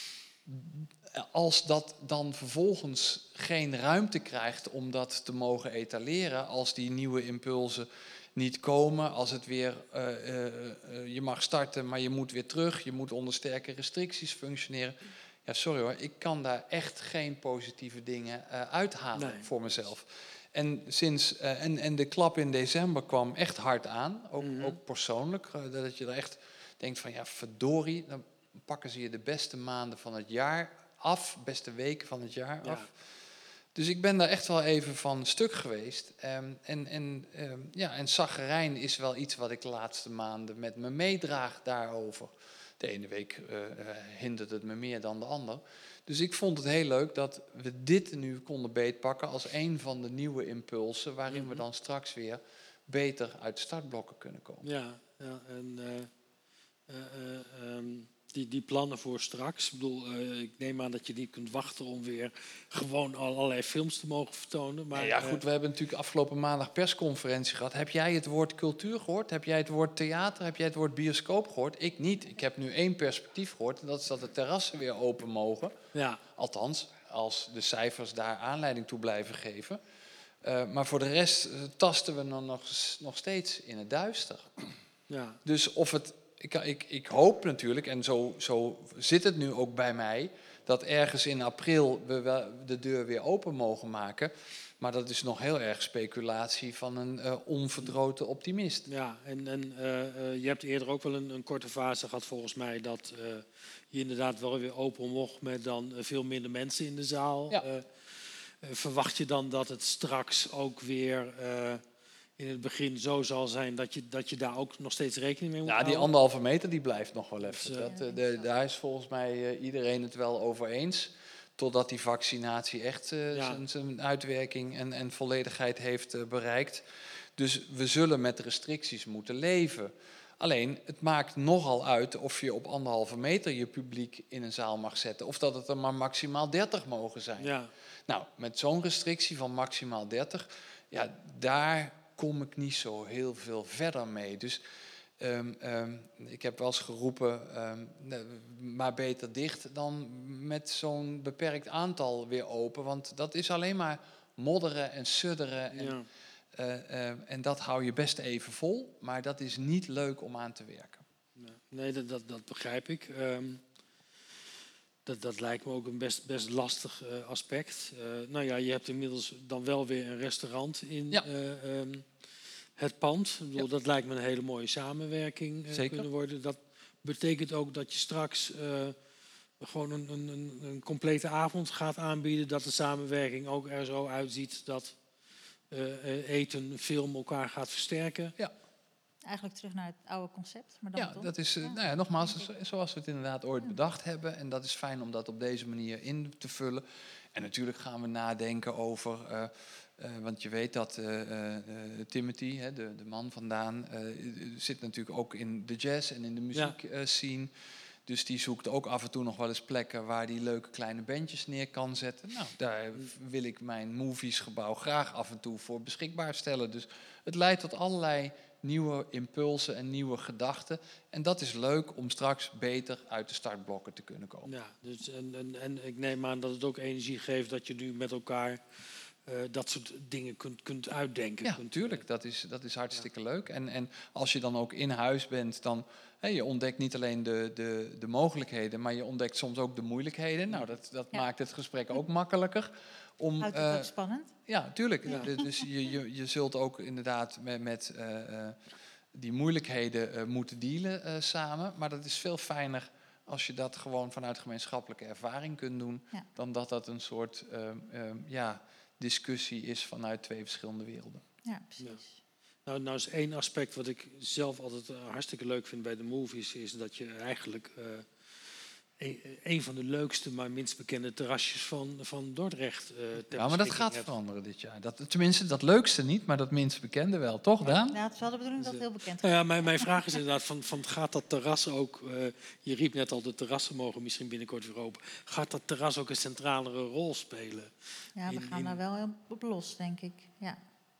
als dat dan vervolgens geen ruimte krijgt om dat te mogen etaleren, als die nieuwe impulsen niet komen, als het weer, uh, uh, uh, je mag starten, maar je moet weer terug, je moet onder sterke restricties functioneren. Ja, sorry hoor, ik kan daar echt geen positieve dingen uh, uithalen nee. voor mezelf. En, sinds, uh, en, en de klap in december kwam echt hard aan, ook, mm-hmm. ook persoonlijk. Uh, dat je er echt denkt van, ja verdorie, dan pakken ze je de beste maanden van het jaar af, beste weken van het jaar ja. af. Dus ik ben daar echt wel even van stuk geweest. Um, en, en, um, ja, en saggerijn is wel iets wat ik de laatste maanden met me meedraag daarover. De ene week uh, uh, hindert het me meer dan de ander. Dus ik vond het heel leuk dat we dit nu konden beetpakken als een van de nieuwe impulsen, waarin mm-hmm. we dan straks weer beter uit de startblokken kunnen komen. Ja, ja en uh, uh, uh, um, die, die plannen voor straks. Ik bedoel, uh, ik neem aan dat je niet kunt wachten om weer gewoon allerlei films te mogen vertonen. Maar, nee, ja, goed, we hebben natuurlijk afgelopen maandag persconferentie gehad. Heb jij het woord cultuur gehoord? Heb jij het woord theater? Heb jij het woord bioscoop gehoord? Ik niet. Ik heb nu één perspectief gehoord. En dat is dat de terrassen weer open mogen. Ja. Althans, als de cijfers daar aanleiding toe blijven geven. Uh, maar voor de rest uh, tasten we dan nog, nog steeds in het duister. Ja. Dus of het... Ik, ik, ik hoop natuurlijk, en zo, zo zit het nu ook bij mij, dat ergens in april we de deur weer open mogen maken. Maar dat is nog heel erg speculatie van een uh, onverdroten optimist. Ja, en, en uh, uh, je hebt eerder ook wel een, een korte fase gehad volgens mij dat uh, je inderdaad wel weer open mocht met dan uh, veel minder mensen in de zaal. Ja. Uh, uh, verwacht je dan dat het straks ook weer... Uh, in het begin zo zal zijn dat je, dat je daar ook nog steeds rekening mee moet ja, houden? Die anderhalve meter die blijft nog wel even. Dus, uh, dat, uh, de, daar is volgens mij uh, iedereen het wel over eens. Totdat die vaccinatie echt uh, ja. zijn, zijn uitwerking en, en volledigheid heeft uh, bereikt. Dus we zullen met restricties moeten leven. Alleen, het maakt nogal uit of je op anderhalve meter je publiek in een zaal mag zetten. Of dat het er maar maximaal dertig mogen zijn. Ja. Nou, met zo'n restrictie van maximaal dertig, ja, daar kom ik niet zo heel veel verder mee. Dus um, um, ik heb wel eens geroepen, um, maar beter dicht dan met zo'n beperkt aantal weer open. Want dat is alleen maar modderen en sudderen. En, ja. uh, uh, en dat hou je best even vol, maar dat is niet leuk om aan te werken. Nee, dat, dat, dat begrijp ik. Um, dat, dat lijkt me ook een best, best lastig uh, aspect. Uh, nou ja, je hebt inmiddels dan wel weer een restaurant in ja. uh, um, het pand. Ik bedoel, ja. Dat lijkt me een hele mooie samenwerking uh, kunnen worden. Dat betekent ook dat je straks uh, gewoon een, een, een complete avond gaat aanbieden. Dat de samenwerking ook er zo uitziet dat uh, eten, film elkaar gaat versterken. Ja. Eigenlijk terug naar het oude concept. Maar dan ja, dat is uh, ja. Nou ja, nogmaals zoals we het inderdaad ooit ja. bedacht hebben. En dat is fijn om dat op deze manier in te vullen. En natuurlijk gaan we nadenken over uh, Uh, want je weet dat uh, uh, Timothy, hè, de, de man vandaan, uh, zit natuurlijk ook in de jazz en in de muziek ja. uh, scene. Dus die zoekt ook af en toe nog wel eens plekken waar die leuke kleine bandjes neer kan zetten. Nou, daar wil ik mijn moviesgebouw graag af en toe voor beschikbaar stellen. Dus het leidt tot allerlei nieuwe impulsen en nieuwe gedachten. En dat is leuk om straks beter uit de startblokken te kunnen komen. Ja, dus en, en, en ik neem aan dat het ook energie geeft dat je nu met elkaar uh, dat soort dingen kunt, kunt uitdenken. Ja, kunt, tuurlijk. Dat is, dat is hartstikke ja. leuk. En, en als je dan ook in huis bent, dan... He, je ontdekt niet alleen de, de, de mogelijkheden, maar je ontdekt soms ook de moeilijkheden. Nou, dat, dat ja. maakt het gesprek ook makkelijker. Om, Houdt het uh, ook spannend? Ja, tuurlijk. Ja. Dus je, je, je zult ook inderdaad met, met uh, uh, die moeilijkheden uh, moeten dealen uh, samen. Maar dat is veel fijner als je dat gewoon vanuit gemeenschappelijke ervaring kunt doen, ja. dan dat dat een soort uh, uh, ja, discussie is vanuit twee verschillende werelden. Ja, precies. Ja. Nou, nou is één aspect wat ik zelf altijd uh, hartstikke leuk vind bij de movies, is dat je eigenlijk uh, een, een van de leukste, maar minst bekende terrasjes van, van Dordrecht uh, ter Ja, maar dat gaat hebt. veranderen dit jaar. Dat, tenminste, dat leukste niet, maar dat minst bekende wel. Toch, Daan? Ja, het is wel de bedoeling dat het heel bekend nou ja, mijn, mijn vraag is inderdaad, van, van gaat dat terras ook... Uh, je riep net al, de terrassen mogen misschien binnenkort weer open. Gaat dat terras ook een centralere rol spelen? Ja, we in, gaan in... daar wel op los, denk ik. Ja.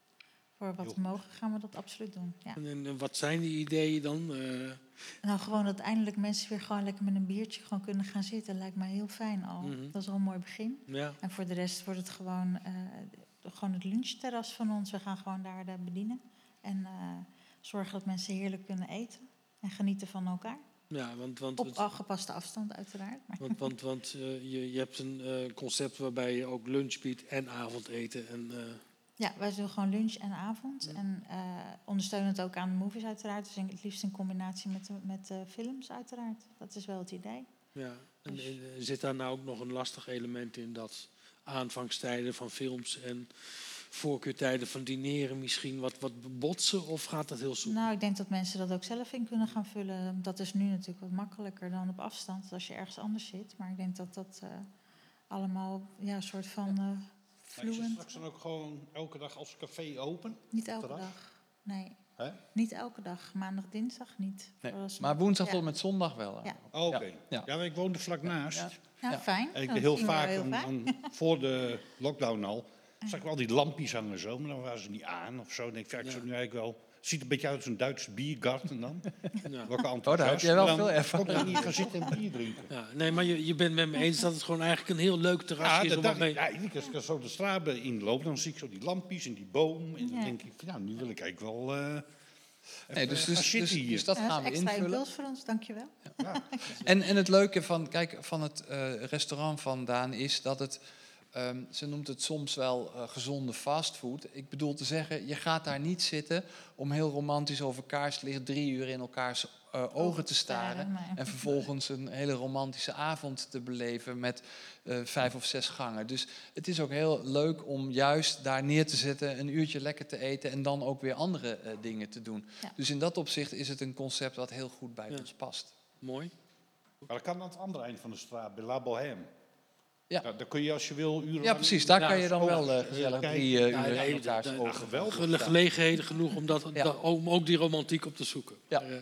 Voor wat we mogen gaan we dat absoluut doen. Ja. En, en wat zijn die ideeën dan? Uh... Nou, gewoon dat eindelijk mensen weer gewoon lekker met een biertje gewoon kunnen gaan zitten. Lijkt mij heel fijn al. Mm-hmm. Dat is al een mooi begin. Ja. En voor de rest wordt het gewoon, uh, gewoon het lunchterras van ons. We gaan gewoon daar uh, bedienen. En uh, zorgen dat mensen heerlijk kunnen eten. En genieten van elkaar. Ja, want, want, op afgepaste afstand uiteraard. Maar. Want, want, want uh, je, je hebt een uh, concept waarbij je ook lunch biedt en avondeten. En, uh... Ja, wij doen gewoon lunch en avond. Ja. En uh, ondersteunen het ook aan de movies uiteraard. Dus het liefst in combinatie met de, met de films uiteraard. Dat is wel het idee. Ja, en dus. Zit daar nou ook nog een lastig element in dat aanvangstijden van films en voorkeurtijden van dineren misschien wat, wat botsen? Of gaat dat heel soepel? Nou, ik denk dat mensen dat ook zelf in kunnen gaan vullen. Dat is nu natuurlijk wat makkelijker dan op afstand als je ergens anders zit. Maar ik denk dat dat uh, allemaal ja, een soort van... Uh, Maar is het straks dan ook gewoon elke dag als café open? Niet elke terras? dag, nee. He? Niet elke dag, maandag, dinsdag niet. Nee. Maar woensdag tot ja. met zondag wel. Ja, oh, oké. Okay. Ja. ja, maar ik woonde vlak naast. Ja, ja. ja fijn. En ik ben heel vaak, heel dan, dan, voor de lockdown al, zag ik wel die lampjes hangen zo, maar dan waren ze niet aan of zo. Dan denk ik, ja, ik zou nu eigenlijk wel... Het ziet een beetje uit als een Duitse biergarten dan. Ja. Oh, daar heb je wel veel ervaring. Ik niet gaan zitten en bier drinken. Ja, nee, maar je, je bent met me eens dat het gewoon eigenlijk een heel leuk terrasje ja, is. Dat mee... Ja, als ik zo de straat inloop, dan zie ik zo die lampjes en die boom. En dan ja. denk ik, ja, nu wil ik eigenlijk wel... Uh, nee, dus, dus, dus, dus dat ja, gaan we extra invullen. impuls voor ons, dankjewel. Ja. Ja. en, en het leuke van, kijk, van het uh, restaurant van Daan is dat het... Um, ze noemt het soms wel uh, gezonde fastfood. Ik bedoel te zeggen, je gaat daar niet zitten om heel romantisch over kaarslicht drie uur in elkaars uh, ogen te staren. Nee. En vervolgens een hele romantische avond te beleven met uh, vijf of zes gangen. Dus het is ook heel leuk om juist daar neer te zetten, een uurtje lekker te eten en dan ook weer andere uh, dingen te doen. Ja. Dus in dat opzicht is het een concept wat heel goed bij ja. ons past. Mooi. Maar dat kan aan het andere eind van de straat, bij La Bohème. Ja. Ja, dan kun je als je wil uren. Ja, precies. Daar ja, kan je dan wel uh, gezellig drie uh, ja, uur nee, elkaars de, de, ogen. Geweldig. Gelegenheden genoeg om, dat, ja. da, om ook die romantiek op te zoeken. Ja. Maar, uh,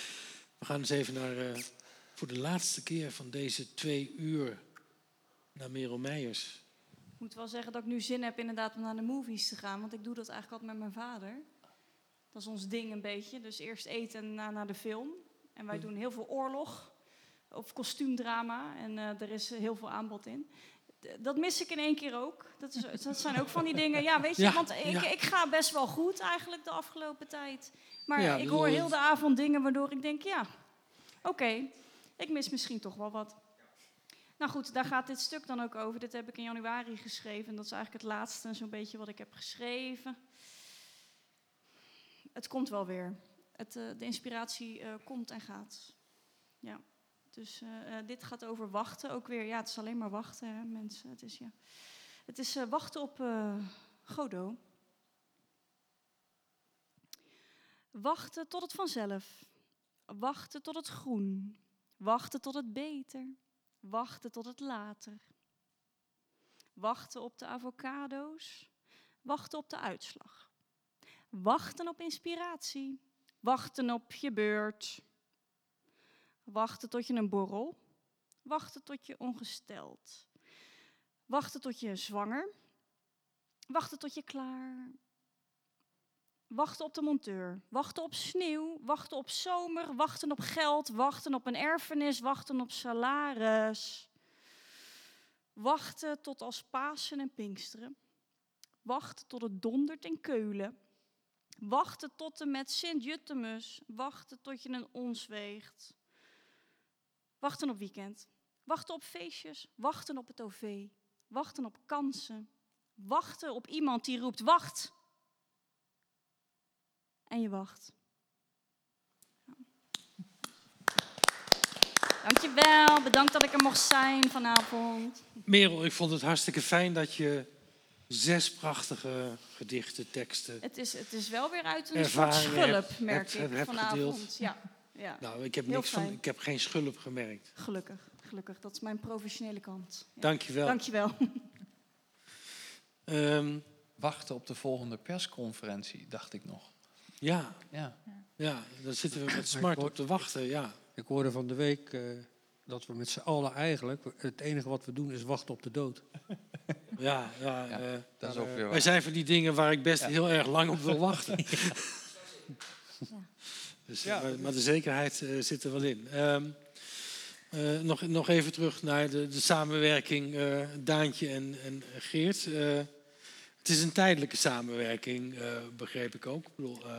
we gaan eens even naar, uh, voor de laatste keer van deze twee uur, naar Merel Meijers. Ik moet wel zeggen dat ik nu zin heb inderdaad om naar de movies te gaan. Want ik doe dat eigenlijk altijd met mijn vader. Dat is ons ding een beetje. Dus eerst eten en daarna naar de film. En wij doen heel veel oorlog. Of kostuumdrama. En uh, er is heel veel aanbod in. Dat mis ik in één keer ook. Dat, is, dat zijn ook van die dingen. Ja, weet je, ja, want ik, ja. ik ga best wel goed eigenlijk de afgelopen tijd. Maar ja, ik hoor heel de avond dingen waardoor ik denk, ja, oké, okay, ik mis misschien toch wel wat. Nou goed, daar gaat dit stuk dan ook over. Dit heb ik in januari geschreven. Dat is eigenlijk het laatste zo'n beetje wat ik heb geschreven. Het komt wel weer. Het, uh, de inspiratie uh, komt en gaat. Ja. Dus uh, uh, dit gaat over wachten. Ook weer, ja, het is alleen maar wachten, hè, mensen. Het is, ja. het is uh, wachten op uh, Godot. Wachten tot het vanzelf. Wachten tot het groen. Wachten tot het beter. Wachten tot het later. Wachten op de avocado's. Wachten op de uitslag. Wachten op inspiratie. Wachten op je beurt. Wachten tot je een borrel. Wachten tot je ongesteld. Wachten tot je zwanger. Wachten tot je klaar. Wachten op de monteur. Wachten op sneeuw. Wachten op zomer. Wachten op geld. Wachten op een erfenis. Wachten op salaris. Wachten tot als Pasen en Pinksteren. Wachten tot het dondert in Keulen. Wachten tot en met Sint-Jutemus. Wachten tot je een ons weegt. Wachten op weekend. Wachten op feestjes. Wachten op het O V. Wachten op kansen. Wachten op iemand die roept, wacht. En je wacht. Ja. Dankjewel. Bedankt dat ik er mocht zijn vanavond. Merel, ik vond het hartstikke fijn dat je zes prachtige gedichten, teksten... Het is, het is wel weer uit een ervaring soort schulp, heb- merk heb- ik heb vanavond. gedeeld. Ja, ja. Nou, ik heb, Heel niks van, fijn. ik heb geen schulp gemerkt. Gelukkig, gelukkig. Dat is mijn professionele kant. Ja. Dank je wel. Dankjewel. Ehm, Wachten op de volgende persconferentie, dacht ik nog. ja, Ja. ja, daar zitten we met smart op te wachten, ja. Ik hoorde van de week eh, dat we met z'n allen eigenlijk... het enige wat we doen is wachten op de dood. Ja, ja, Ja, eh, dat is maar, ook eh, weer wij waar. zijn van die dingen waar ik best Ja. heel erg lang op wil wachten. Dus, Ja. maar, maar de zekerheid eh, zit er wel in. Ehm, eh, nog, nog even terug naar de, de samenwerking eh, Daantje en, en Geert. Eh, het is een tijdelijke samenwerking, eh, begreep ik ook. Ik bedoel, eh,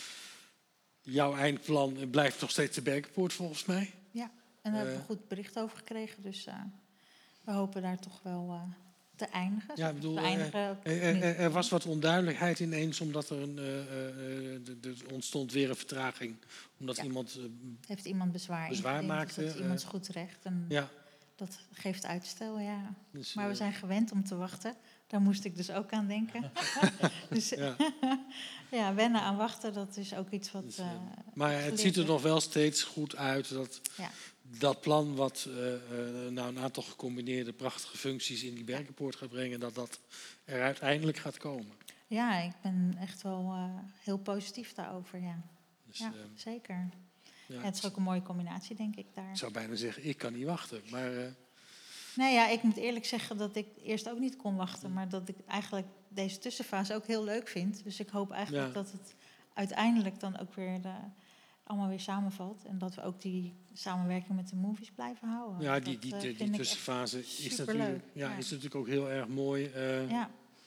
jouw eindplan blijft nog steeds de Berkenpoort volgens mij. Ja, en daar hebben we Eh. een goed bericht over gekregen. Dus uh, we hopen daar toch wel uh, te eindigen. Ja, ik bedoel, te eh, eindigen Er, er- er- er was wat onduidelijkheid ineens, omdat er een, uh, uh, uh, er ontstond weer een vertraging. Omdat Ja. iemand... Uh, Heeft iemand bezwaar, bezwaar ingediend, maakte, Dus dat is iemands uh, goed recht. En ja, dat geeft uitstel, ja. dus, Maar we uh, zijn gewend om te wachten. Daar moest ik dus ook aan denken. dus ja. ja, wennen aan wachten, dat is ook iets wat... Dus, Uh, uh, maar het geleerd ziet er werd. nog wel steeds goed uit dat Ja. dat plan wat uh, uh, nou een aantal gecombineerde prachtige functies in die Berkenpoort gaat brengen, dat dat er uiteindelijk gaat komen. Ja, ik ben echt wel uh, heel positief daarover, ja. Dus, Ja, uh, zeker. ja, Ja, het is ook een mooie combinatie, denk ik, daar. ik zou bijna zeggen, ik kan niet wachten. Maar uh, Nee, ja, ik moet eerlijk zeggen dat ik eerst ook niet kon wachten, maar dat ik eigenlijk deze tussenfase ook heel leuk vind. Dus ik hoop eigenlijk Ja. dat het uiteindelijk dan ook weer de, allemaal weer samenvalt. En dat we ook die samenwerking met de movies blijven houden. ja, Dat, die, die, eh, die, vind die ik tussenfase echt is superleuk. natuurlijk, ja, Ja. is natuurlijk ook heel erg mooi. Uh, Ja,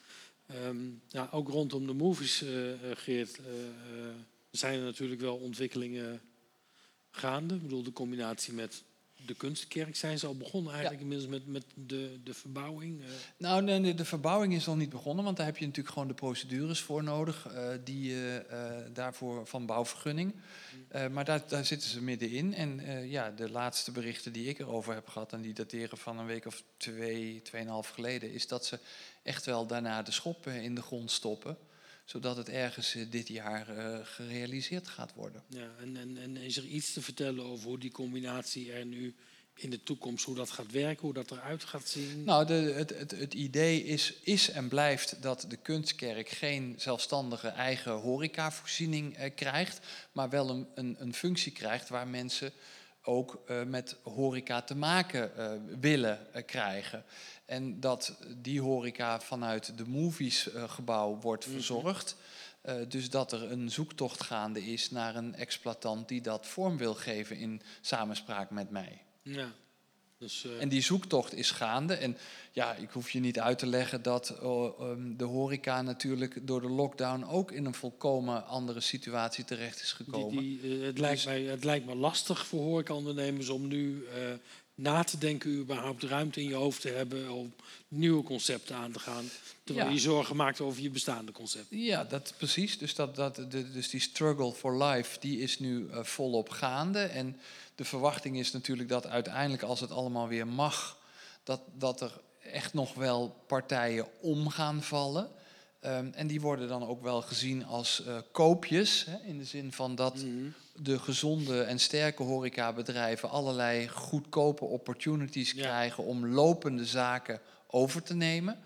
Um, ja, ook rondom de movies, uh, Geert, uh, uh, zijn er natuurlijk wel ontwikkelingen gaande. Ik bedoel, de combinatie met de Kunstkerk, zijn ze al begonnen eigenlijk Ja. inmiddels met, met de, de verbouwing? Uh. Nou, nee, nee, de verbouwing is nog niet begonnen, want daar heb je natuurlijk gewoon de procedures voor nodig, uh, die uh, uh, daarvoor van bouwvergunning. Uh, maar daar, daar zitten ze middenin. En uh, ja, de laatste berichten die ik erover heb gehad, en die dateren van een week of twee, tweeënhalf geleden, is dat ze echt wel daarna de schop in de grond stoppen, zodat het ergens uh, dit jaar uh, gerealiseerd gaat worden. Ja, en, en, en is er iets te vertellen over hoe die combinatie er nu in de toekomst, hoe dat gaat werken, hoe dat eruit gaat zien? Nou, de, het, het, het idee is, is en blijft dat de Kunstkerk geen zelfstandige eigen horecavoorziening uh, krijgt, maar wel een, een, een functie krijgt waar mensen ook uh, met horeca te maken uh, willen uh, krijgen. En dat die horeca vanuit de moviesgebouw wordt verzorgd. Uh, dus dat er een zoektocht gaande is naar een exploitant die dat vorm wil geven in samenspraak met mij. Ja. Dus, uh... En die zoektocht is gaande. En ja, ik hoef je niet uit te leggen dat uh, um, de horeca natuurlijk door de lockdown ook in een volkomen andere situatie terecht is gekomen. Die, die, uh, het, lijkt Dus- mij, het lijkt me lastig voor horecaondernemers om nu uh, na te denken, überhaupt ruimte in je hoofd te hebben om nieuwe concepten aan te gaan. Terwijl Ja. je zorgen maakt over je bestaande concept. Ja, dat precies. Dus, dat, dat, de, dus die struggle for life, die is nu uh, volop gaande. En de verwachting is natuurlijk dat uiteindelijk, als het allemaal weer mag, dat, dat er echt nog wel partijen om gaan vallen. Um, en die worden dan ook wel gezien als uh, koopjes, hè, in de zin van dat Mm-hmm. de gezonde en sterke horecabedrijven allerlei goedkope opportunities Ja. krijgen om lopende zaken over te nemen.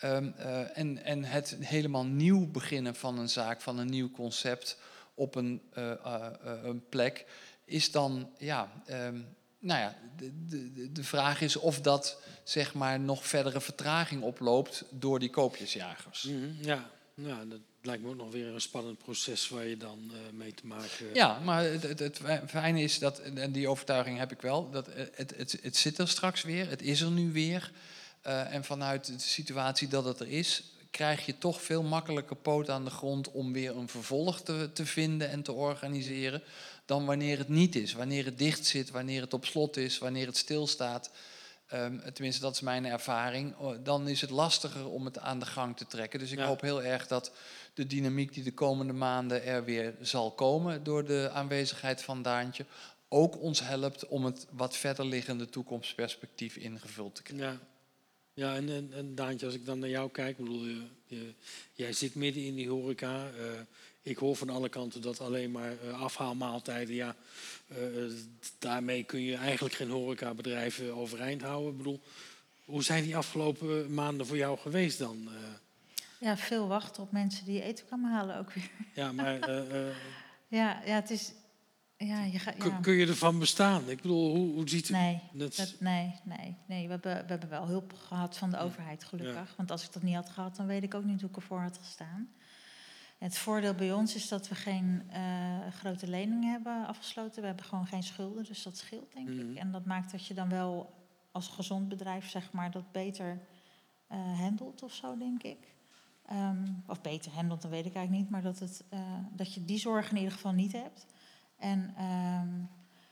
Um, uh, en, en het helemaal nieuw beginnen van een zaak, van een nieuw concept op een, uh, uh, uh, een plek, is dan, ja, um, nou ja, de, de, de vraag is of dat, zeg maar, nog verdere vertraging oploopt door die koopjesjagers. Mm-hmm, ja, nou, dat lijkt me ook nog weer een spannend proces waar je dan uh, mee te maken hebt. Ja, maar het, het, het fijne is dat, en die overtuiging heb ik wel, dat het, het, het zit er straks weer, het is er nu weer. Uh, en vanuit de situatie dat het er is, krijg je toch veel makkelijker poot aan de grond om weer een vervolg te, te vinden en te organiseren, dan wanneer het niet is. Wanneer het dicht zit, wanneer het op slot is, wanneer het stilstaat. Um, tenminste, dat is mijn ervaring. Dan is het lastiger om het aan de gang te trekken. Dus ik ja. hoop heel erg dat de dynamiek die de komende maanden er weer zal komen door de aanwezigheid van Daantje ook ons helpt om het wat verder liggende toekomstperspectief ingevuld te krijgen. Ja. Ja, en, en, en Daantje, als ik dan naar jou kijk, bedoel, je, je, jij zit midden in die horeca. Uh, ik hoor van alle kanten dat alleen maar uh, afhaalmaaltijden, ja, uh, daarmee kun je eigenlijk geen horecabedrijven overeind houden. Ik bedoel, hoe zijn die afgelopen maanden voor jou geweest dan? Uh, ja, veel wachten op mensen die eten kwamen halen ook weer. Ja, maar... Uh, uh, ja, ja, het is... Ja, je ga, ja. Kun je ervan bestaan? Ik bedoel, hoe, hoe ziet het? Nee, dat, nee, nee, nee. We, hebben, we hebben wel hulp gehad van de overheid, gelukkig. Ja. Want als ik dat niet had gehad, dan weet ik ook niet hoe ik ervoor had gestaan. Het voordeel bij ons is dat we geen uh, grote leningen hebben afgesloten. We hebben gewoon geen schulden, dus dat scheelt, denk mm-hmm. ik. En dat maakt dat je dan wel als gezond bedrijf, zeg maar, dat beter uh, handelt of zo, denk ik. Um, of beter handelt, dat weet ik eigenlijk niet. Maar dat, het, uh, dat je die zorg in ieder geval niet hebt. En um,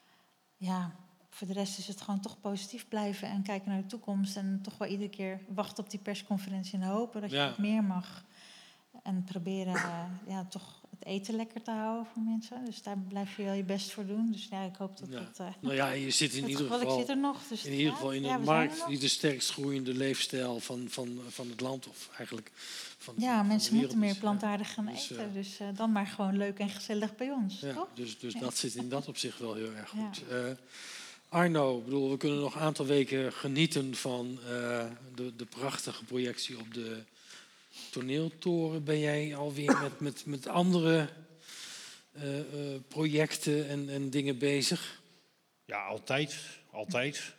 ja, voor de rest is het gewoon toch positief blijven en kijken naar de toekomst. En toch wel iedere keer wachten op die persconferentie en hopen dat je ja. wat meer mag. En proberen uh, ja, toch het eten lekker te houden voor mensen. Dus daar blijf je wel je best voor doen. Dus ja, ik hoop dat ja. dat... Uh, nou ja, je zit in ieder geval, ik zit er nog, dus in, ieder geval in ja, een markt die de sterkst groeiende leefstijl van, van, van het land, of eigenlijk van, ja, van, mensen van moeten meer is. plantaardig gaan dus, eten. Uh, dus uh, dan maar gewoon leuk en gezellig bij ons, ja, toch? Dus, dus ja. dat zit in dat opzicht wel heel erg goed. Ja. Uh, Arno, bedoel, we kunnen nog een aantal weken genieten van uh, de, de prachtige projectie op de toneeltoren. Ben jij alweer met, met, met andere uh, uh, projecten en, en dingen bezig? Ja, altijd. Altijd.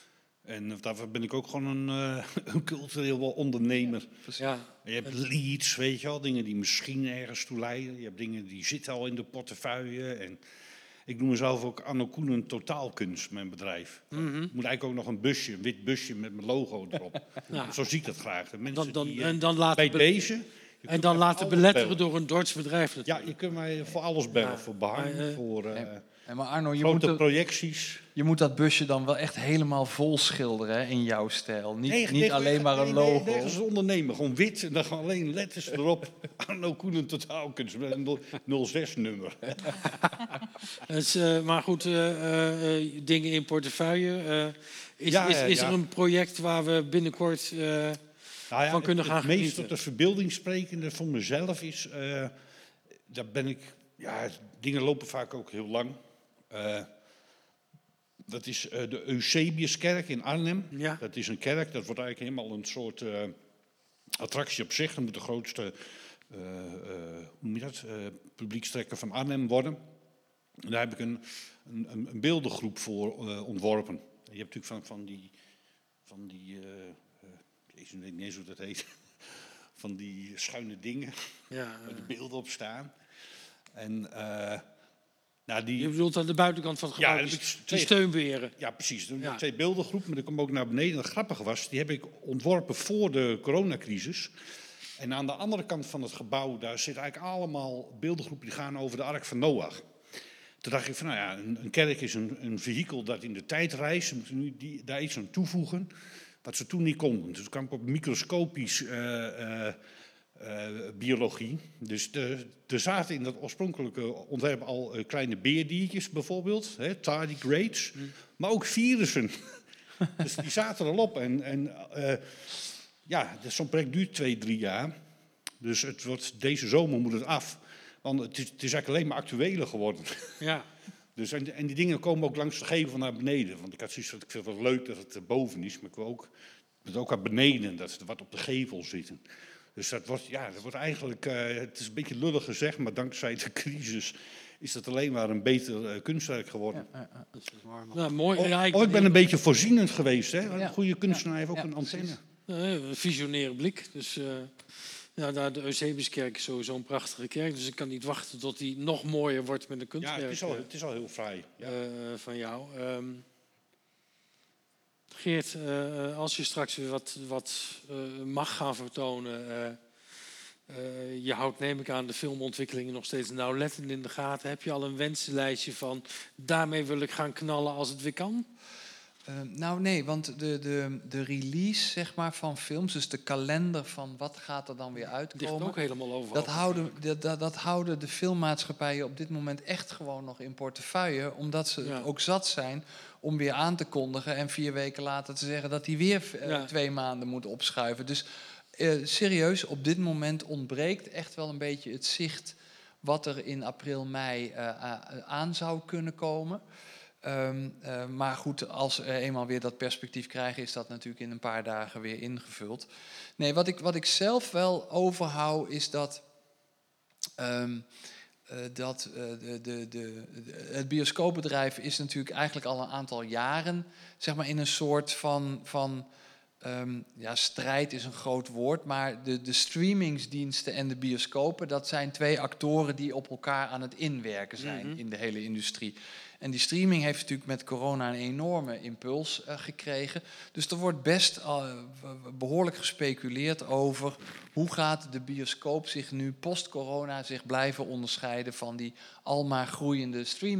En daarvoor ben ik ook gewoon een, uh, een cultureel ondernemer. Ja. Je hebt leads, weet je wel, dingen die misschien ergens toe leiden. Je hebt dingen die zitten al in de portefeuille. En ik noem mezelf ook Arno Koenen Totaalkunst, mijn bedrijf. Mm-hmm. Ik moet eigenlijk ook nog een busje, een wit busje met mijn logo erop. Ja. Zo zie ik dat graag. De mensen dan, dan, die, en dan laten bij deze... En dan laten beletteren door een Duits bedrijf natuurlijk. Ja, je kunt mij voor alles bellen. Ja. Voor behang, maar, uh, voor uh, en, en maar Arno, je grote moet de, projecties. Je moet dat busje dan wel echt helemaal vol schilderen, hè, in jouw stijl. Niet, nee, niet nee, alleen maar nee, een logo. Nee, nee, als ondernemer. Gewoon wit en dan gewoon alleen letters erop. Arno Koenen Totaalkunst met een nul zes nummer. dus, uh, maar goed, uh, uh, dingen in portefeuille. Uh, is ja, is, is ja. er een project waar we binnenkort... Uh, Nou ja, van kunnen het, gaan het meest genieten. tot de verbeelding sprekende voor mezelf is, uh, daar ben ik, ja, dingen lopen vaak ook heel lang. Uh, dat is uh, de Eusebiuskerk in Arnhem. Ja. Dat is een kerk, dat wordt eigenlijk helemaal een soort uh, attractie op zich. Dat moet de grootste uh, uh, hoe noem je dat, uh, publiekstrekker van Arnhem worden. En daar heb ik een, een, een beeldengroep voor uh, ontworpen. Je hebt natuurlijk van, van die... Van die uh, ik weet niet eens hoe dat heet, van die schuine dingen, ja, waar de beelden op staan. En, uh, nou die, je bedoelt aan de buitenkant van het gebouw, ja, die, twee, die steunberen. Ja, precies. Ja. Twee beeldengroepen, maar die komen ook naar beneden. En het grappige was, die heb ik ontworpen voor de coronacrisis. En aan de andere kant van het gebouw, daar zitten eigenlijk allemaal beeldengroepen die gaan over de Ark van Noach. Toen dacht ik van, nou ja, een, een kerk is een, een vehikel dat in de tijd reist. We moeten nu die, daar iets aan toevoegen. Wat ze toen niet konden. Dus kwam ik op microscopisch uh, uh, uh, biologie. Dus de, er zaten in dat oorspronkelijke ontwerp al uh, kleine beerdiertjes bijvoorbeeld. Hè, tardigrades. Mm. Maar ook virussen. Dus die zaten er al op. En, en uh, ja, zo'n project duurt twee, drie jaar. Dus het wordt, deze zomer moet het af. Want het is, het is eigenlijk alleen maar actueler geworden. Ja. Dus en, en die dingen komen ook langs de gevel naar beneden. Want ik had zoiets van, ik vind het wel leuk dat het erboven is, maar ik wil ook het ook aan beneden, dat ze wat op de gevel zitten. Dus dat wordt, ja, dat wordt eigenlijk, uh, het is een beetje lullig gezegd, maar dankzij de crisis is dat alleen maar een beter uh, kunstwerk geworden. Ja, ja, ja. Dat is waar, Nou, mooi. Oh, Ja, ik, oh, ik ben een beetje voorzienend geweest. Hè? Ja. Een goede kunstenaar heeft ook Ja, een antenne. Uh, een visionaire blik. Dus uh, ja, daar de Eusebiuskerk is sowieso een prachtige kerk. Dus ik kan niet wachten tot die nog mooier wordt met een Ja, kunstwerk het is al, het is al heel fraai. Ja. uh, van jou. Um, Geert, uh, als je straks weer wat, wat uh, mag gaan vertonen... Uh, Uh, je houdt, neem ik aan, de filmontwikkelingen nog steeds nauwlettend in de gaten. Heb je al een wensenlijstje van daarmee wil ik gaan knallen als het weer kan? Uh, nou nee, want de, de, de release zeg maar, van films, dus de kalender van wat gaat er dan weer uitkomen... Ligt ook helemaal over. Dat houden, dat, dat, dat houden de filmmaatschappijen op dit moment echt gewoon nog in portefeuille. Omdat ze ja. ook zat zijn om weer aan te kondigen en vier weken later te zeggen dat die weer uh, ja. twee maanden moet opschuiven. Dus uh, serieus, op dit moment ontbreekt echt wel een beetje het zicht wat er in april, mei uh, uh, aan zou kunnen komen. Um, uh, maar goed, als we eenmaal weer dat perspectief krijgen, is dat natuurlijk in een paar dagen weer ingevuld. Nee, wat ik, wat ik zelf wel overhoud, is dat, um, uh, dat uh, de, de, de, het bioscoopbedrijf is natuurlijk eigenlijk al een aantal jaren, zeg maar, in een soort van, van um, ja, strijd is een groot woord, maar de, de streamingsdiensten en de bioscopen, dat zijn twee actoren die op elkaar aan het inwerken zijn mm-hmm. in de hele industrie. En die streaming heeft natuurlijk met corona een enorme impuls uh, gekregen. Dus er wordt best uh, behoorlijk gespeculeerd over hoe gaat de bioscoop zich nu post-corona zich blijven onderscheiden van die almaar groeiende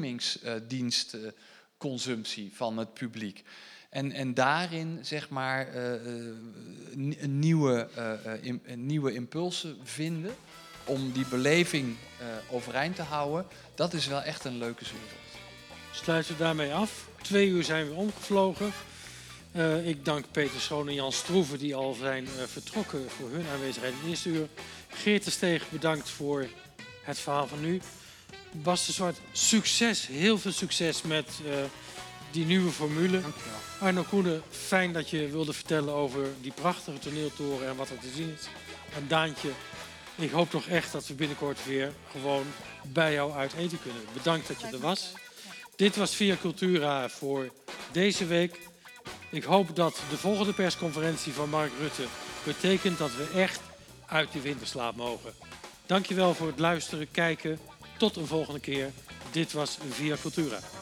streamingsdienstconsumptie van het publiek. En, en daarin zeg maar uh, een nieuwe, uh, in, een nieuwe impulsen vinden om die beleving uh, overeind te houden, dat is wel echt een leuke zoektocht. Sluiten we daarmee af. Twee uur zijn we omgevlogen. Uh, ik dank Peter Schoon en Jan Stroeven die al zijn uh, vertrokken voor hun aanwezigheid in het eerste uur. Geert de Steeg, bedankt voor het verhaal van nu. Bas de Zwart, succes, heel veel succes met uh, die nieuwe formule. Dankjewel. Arno Koenen, fijn dat je wilde vertellen over die prachtige toneeltoren en wat er te zien is. En Daantje, ik hoop toch echt dat we binnenkort weer gewoon bij jou uit eten kunnen. Bedankt dat je er was. Dit was Via Cultura voor deze week. Ik hoop dat de volgende persconferentie van Mark Rutte betekent dat we echt uit die winterslaap mogen. Dankjewel voor het luisteren, kijken. Tot een volgende keer. Dit was Via Cultura.